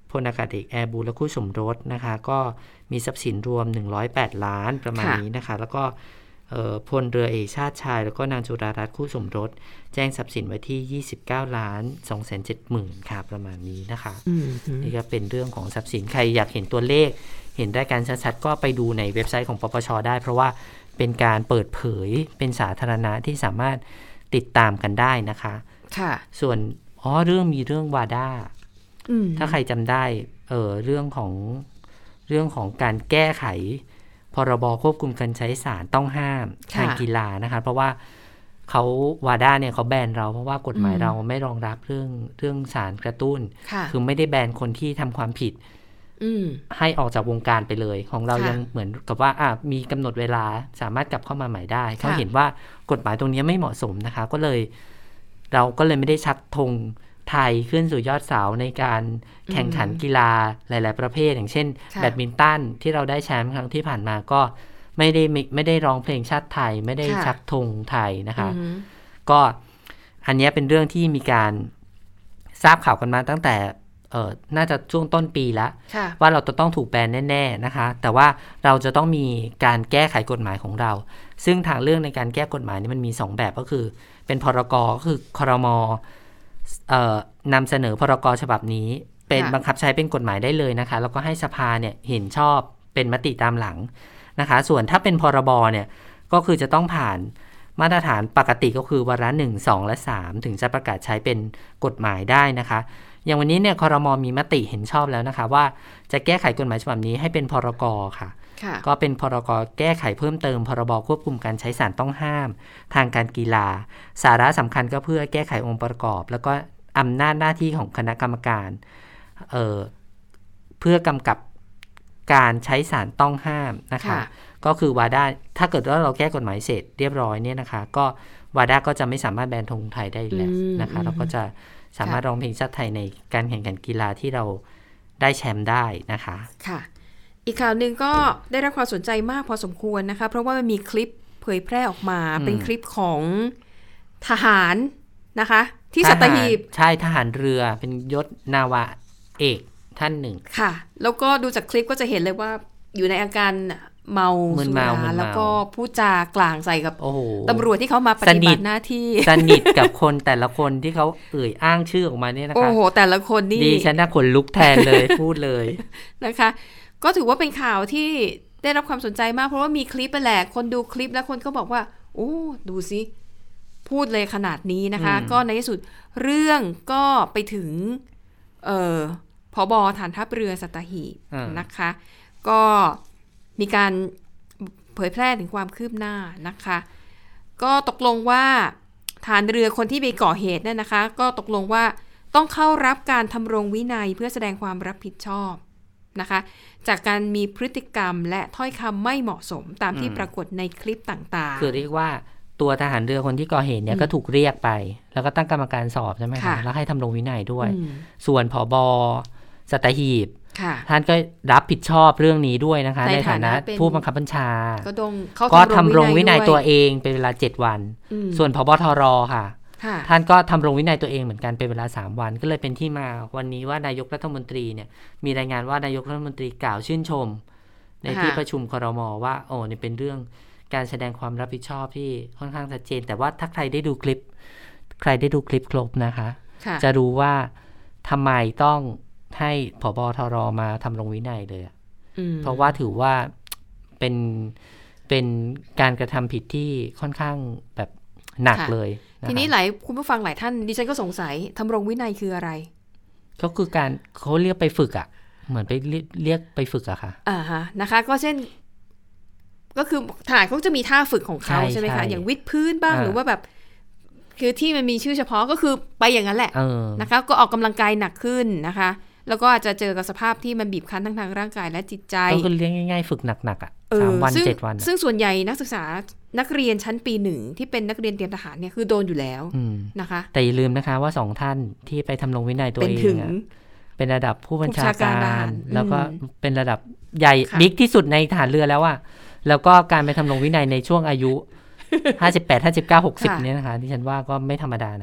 พลอากาศเอกแอร์บูและคู่สมรสนะคะก็มีทรัพย์สินรวมหนึ่งร้อยแปดล้านประมาณนี้นะคะแล้วก็พลเรือเอกชาติชายแล้วก็นางจุฬารัตน์คู่สมรสแจ้งทรัพย์สินไว้ที่ยี่สิบเก้าล้านสองแสนเจ็ดหมื่นค่ะประมาณนี้นะคะนี่ก็เป็นเรื่องของทรัพย์สินใครอยากเห็นตัวเลขเห็นได้การชัดๆก็ไปดูในเว็บไซต์ของปปช.ได้เพราะว่าเป็นการเปิดเผยเป็นสาธารณะที่สามารถติดตามกันได้นะคะค่ะส่วนอ๋อเรื่องมีเรื่องวาด้าถ้าใครจำได้เออเรื่องของเรื่องของการแก้ไขพรบควบคุมการใช้สารต้องห้ามทางกีฬานะคะเพราะว่าเขาวาด้าเนี่ยเขาแบนเราเพราะว่ากฎหมายเราไม่รองรับเรื่องเรื่องสารกระตุ้นคือไม่ได้แบนคนที่ทำความผิดให้ออกจากวงการไปเลยของเรายังเหมือนกับว่าอ่ะมีกำหนดเวลาสามารถกลับเข้ามาใหม่ได้เขาเห็นว่ากฎหมายตรงนี้ไม่เหมาะสมนะคะก็เลยเราก็เลยไม่ได้ชักธงไทยขึ้นสู่ยอดเสาในการแข่งขันกีฬาหลายๆประเภทอย่างเช่นแบดมินตันที่เราได้แชมป์ครั้งที่ผ่านมาก็ไม่ได้ไม่ได้ร้องเพลงชาติไทยไม่ได้ชักธงไทยนะคะก็อันนี้เป็นเรื่องที่มีการทราบข่าวกันมาตั้งแต่เออน่าจะช่วงต้นปีแล้วว่าเราจะต้องถูกแบนแน่ๆนะคะแต่ว่าเราจะต้องมีการแก้ไขกฎหมายของเราซึ่งทางเรื่องในการแก้กฎหมายนี่มันมีสองแบบก็คือเป็นพรกก็คือครม.เอ่อนำเสนอพรกฉบับนี้เป็นบังคับใช้เป็นกฎหมายได้เลยนะคะแล้วก็ให้สภาเนี่ยเห็นชอบเป็นมติตามหลังนะคะส่วนถ้าเป็นพรบเนี่ยก็คือจะต้องผ่านมาตรฐานปกติก็คือวาระหนึ่ง สองและสามถึงจะประกาศใช้เป็นกฎหมายได้นะคะอย่างวันนี้เนี่ยครม.มีมติเห็นชอบแล้วนะคะว่าจะแก้ไขกฎหมายฉบับนี้ให้เป็นพรกค่ะก็เป็นพรกแก้ไขเพิ่มเติมพรบควบคุมการใช้สารต้องห้ามทางการกีฬาสาระสำคัญก็เพื่อแก้ไของค์ประกอบแล้วก็อำนาจหน้าที่ของคณะกรรมการเอ่อเพื่อกำกับการใช้สารต้องห้ามนะคะก็คือวาด้าถ้าเกิดว่าเราแก้กฎหมายเสร็จเรียบร้อยเนี่ยนะคะก็วาด้าก็จะไม่สามารถแบนธงไทยได้แล้วนะคะเราก็จะสามารถร้องเพลงชาติไทยในการแข่งขันกีฬาที่เราได้แชมป์ได้นะคะค่ะอีกข่าวหนึ่งก็ได้รับความสนใจมากพอสมควรนะคะเพราะว่ามันมีคลิปเผยแพร่ออกมาเป็นคลิปของทหารนะคะที่สัตหีบใช่ทหารเรือเป็นยศนาวาเอกท่านหนึ่งค่ะแล้วก็ดูจากคลิปก็จะเห็นเลยว่าอยู่ในอาการเมาสุราแล้วก็พูดจากลางใส่กับตำรวจที่เขามาปฏิบัติหน้าที่สนิทกับคนแต่ละคนที่เขาเอ่ยอ้างชื่อออกมาเนี่ยนะคะโอ้โหแต่ละคนนี่ดีฉันน่าขนลุกแทนเลยพูดเลยนะคะก็ถือว่าเป็นข่าวที่ได้รับความสนใจมากเพราะว่ามีคลิปไปแหละคนดูคลิปแล้วคนก็บอกว่าโอ้ดูสิพูดเลยขนาดนี้นะคะก็ในที่สุดเรื่องก็ไปถึงเอ่อผบ.ฐานทัพเรือสัตหีบนะคะก็มีการเผยแพร่ถึงความคืบหน้านะคะก็ตกลงว่าฐานเรือคนที่ไปก่อเหตุเนี่ยนะคะก็ตกลงว่าต้องเข้ารับการทำรงวินัยเพื่อแสดงความรับผิดชอบนะคะจากการมีพฤติกรรมและถ้อยคำไม่เหมาะสมตามที่ปรากฏในคลิปต่างๆคือเรียกว่าตัวทหารเรือคนที่ก่อเหตุเนี่ยก็ถูกเรียกไปแล้วก็ตั้งกรรมการสอบใช่ไหมคะแล้วให้ทำรงวินัยด้วยส่วนผบ.สัตหีบท่านก็รับผิดชอบเรื่องนี้ด้วยนะคะในฐานะผู้บังคับบัญชาก็ทำรงวินัยตัวเองเป็นเวลาเจ็ดวันส่วนผบ.ทร.ค่ะท่านก็ทำรงวินัยตัวเองเหมือนกันเป็นเวลาสามวันก็เลยเป็นที่มาวันนี้ว่านายกรัฐมนตรีเนี่ยมีรายงานว่านายกรัฐมนตรีกล่าวชื่นชมในที่ประชุมครม.ว่าโอ้นี่เป็นเรื่องการแสดงความรับผิดชอบที่ค่อนข้างชัดเจนแต่ว่าถ้าใครได้ดูคลิปใครได้ดูคลิปครบนะคะจะรู้ว่าทำไมต้องให้ผบ.ทร.มาทำรงวินัยเลยเพราะว่าถือว่าเป็นเป็นการกระทำผิดที่ค่อนข้างแบบหนักเลยทีนี้หลายคุณผู้ฟังหลายท่านดิฉันก็สงสัยทำรงวินัยคืออะไรก็คือการเขาเรียกไปฝึกอ่ะเหมือนไปเรียกไปฝึกอะค่ะอ่าฮะนะคะก็เช่นก็คือทหารเขาจะมีท่าฝึกของเขาใช่ไหมคะอย่างวิดพื้นบ้างหรือว่าแบบคือที่มันมีชื่อเฉพาะก็คือไปอย่างนั้นแหละนะคะก็ออกกำลังกายหนักขึ้นนะคะแล้วก็อาจจะเจอกับสภาพที่มันบีบคั้นทั้งทางร่างกายและจิตใจก็คือเลี้ยงง่ายๆฝึกหนักๆอ่ะสามวันเจ็ดวันซึ่งส่วนใหญ่นักศึกษานักเรียนชั้นปีหนึ่งที่เป็นนักเรียนเตรียมทหารเนี่ยคือโดนอยู่แล้วนะคะแต่อย่าลืมนะคะว่าสองท่านที่ไปทำรงวินัยตัวเองเป็นระดับผู้บัญชาการแล้วก็เป็นระดับใหญ่บิ๊กที่สุดในทหารเรือแล้วอ่ะแล้วก็การไปทำรงวินัยในช่วงอายุห้าสิบแปด ห้าสิบเก้า หกสิบเนี่ยนะคะที่ฉันว่าก็ไม่ธรรมดานะ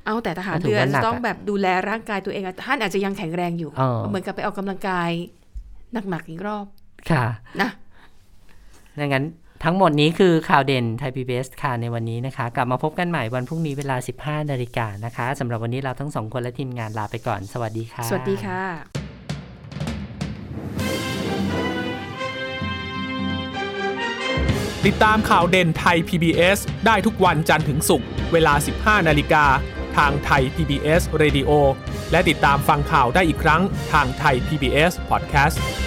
เอาแต่ทหารเรือจะต้องแบบดูแลร่างกายตัวเองท่านอาจจะยังแข็งแรงอยู่เหมือนกับไปออกกำลังกายหนักๆอีกรอบค่ะนะดังนั้นทั้งหมดนี้คือข่าวเด่นไทย พี บี เอส ค่ะในวันนี้นะคะกลับมาพบกันใหม่วันพรุ่งนี้เวลา สิบห้านาฬิกา นนะคะสำหรับวันนี้เราทั้งสองคนและทีมงานลาไปก่อนสวัสดีค่ะสวัสดีค่ะติดตามข่าวเด่นไทย พี บี เอส ได้ทุกวันจันทร์ถึงศุกร์เวลา สิบห้านาฬิกา ทางไทย พี บี เอส Radio และติดตามฟังข่าวได้อีกครั้งทางไทย พี บี เอส Podcast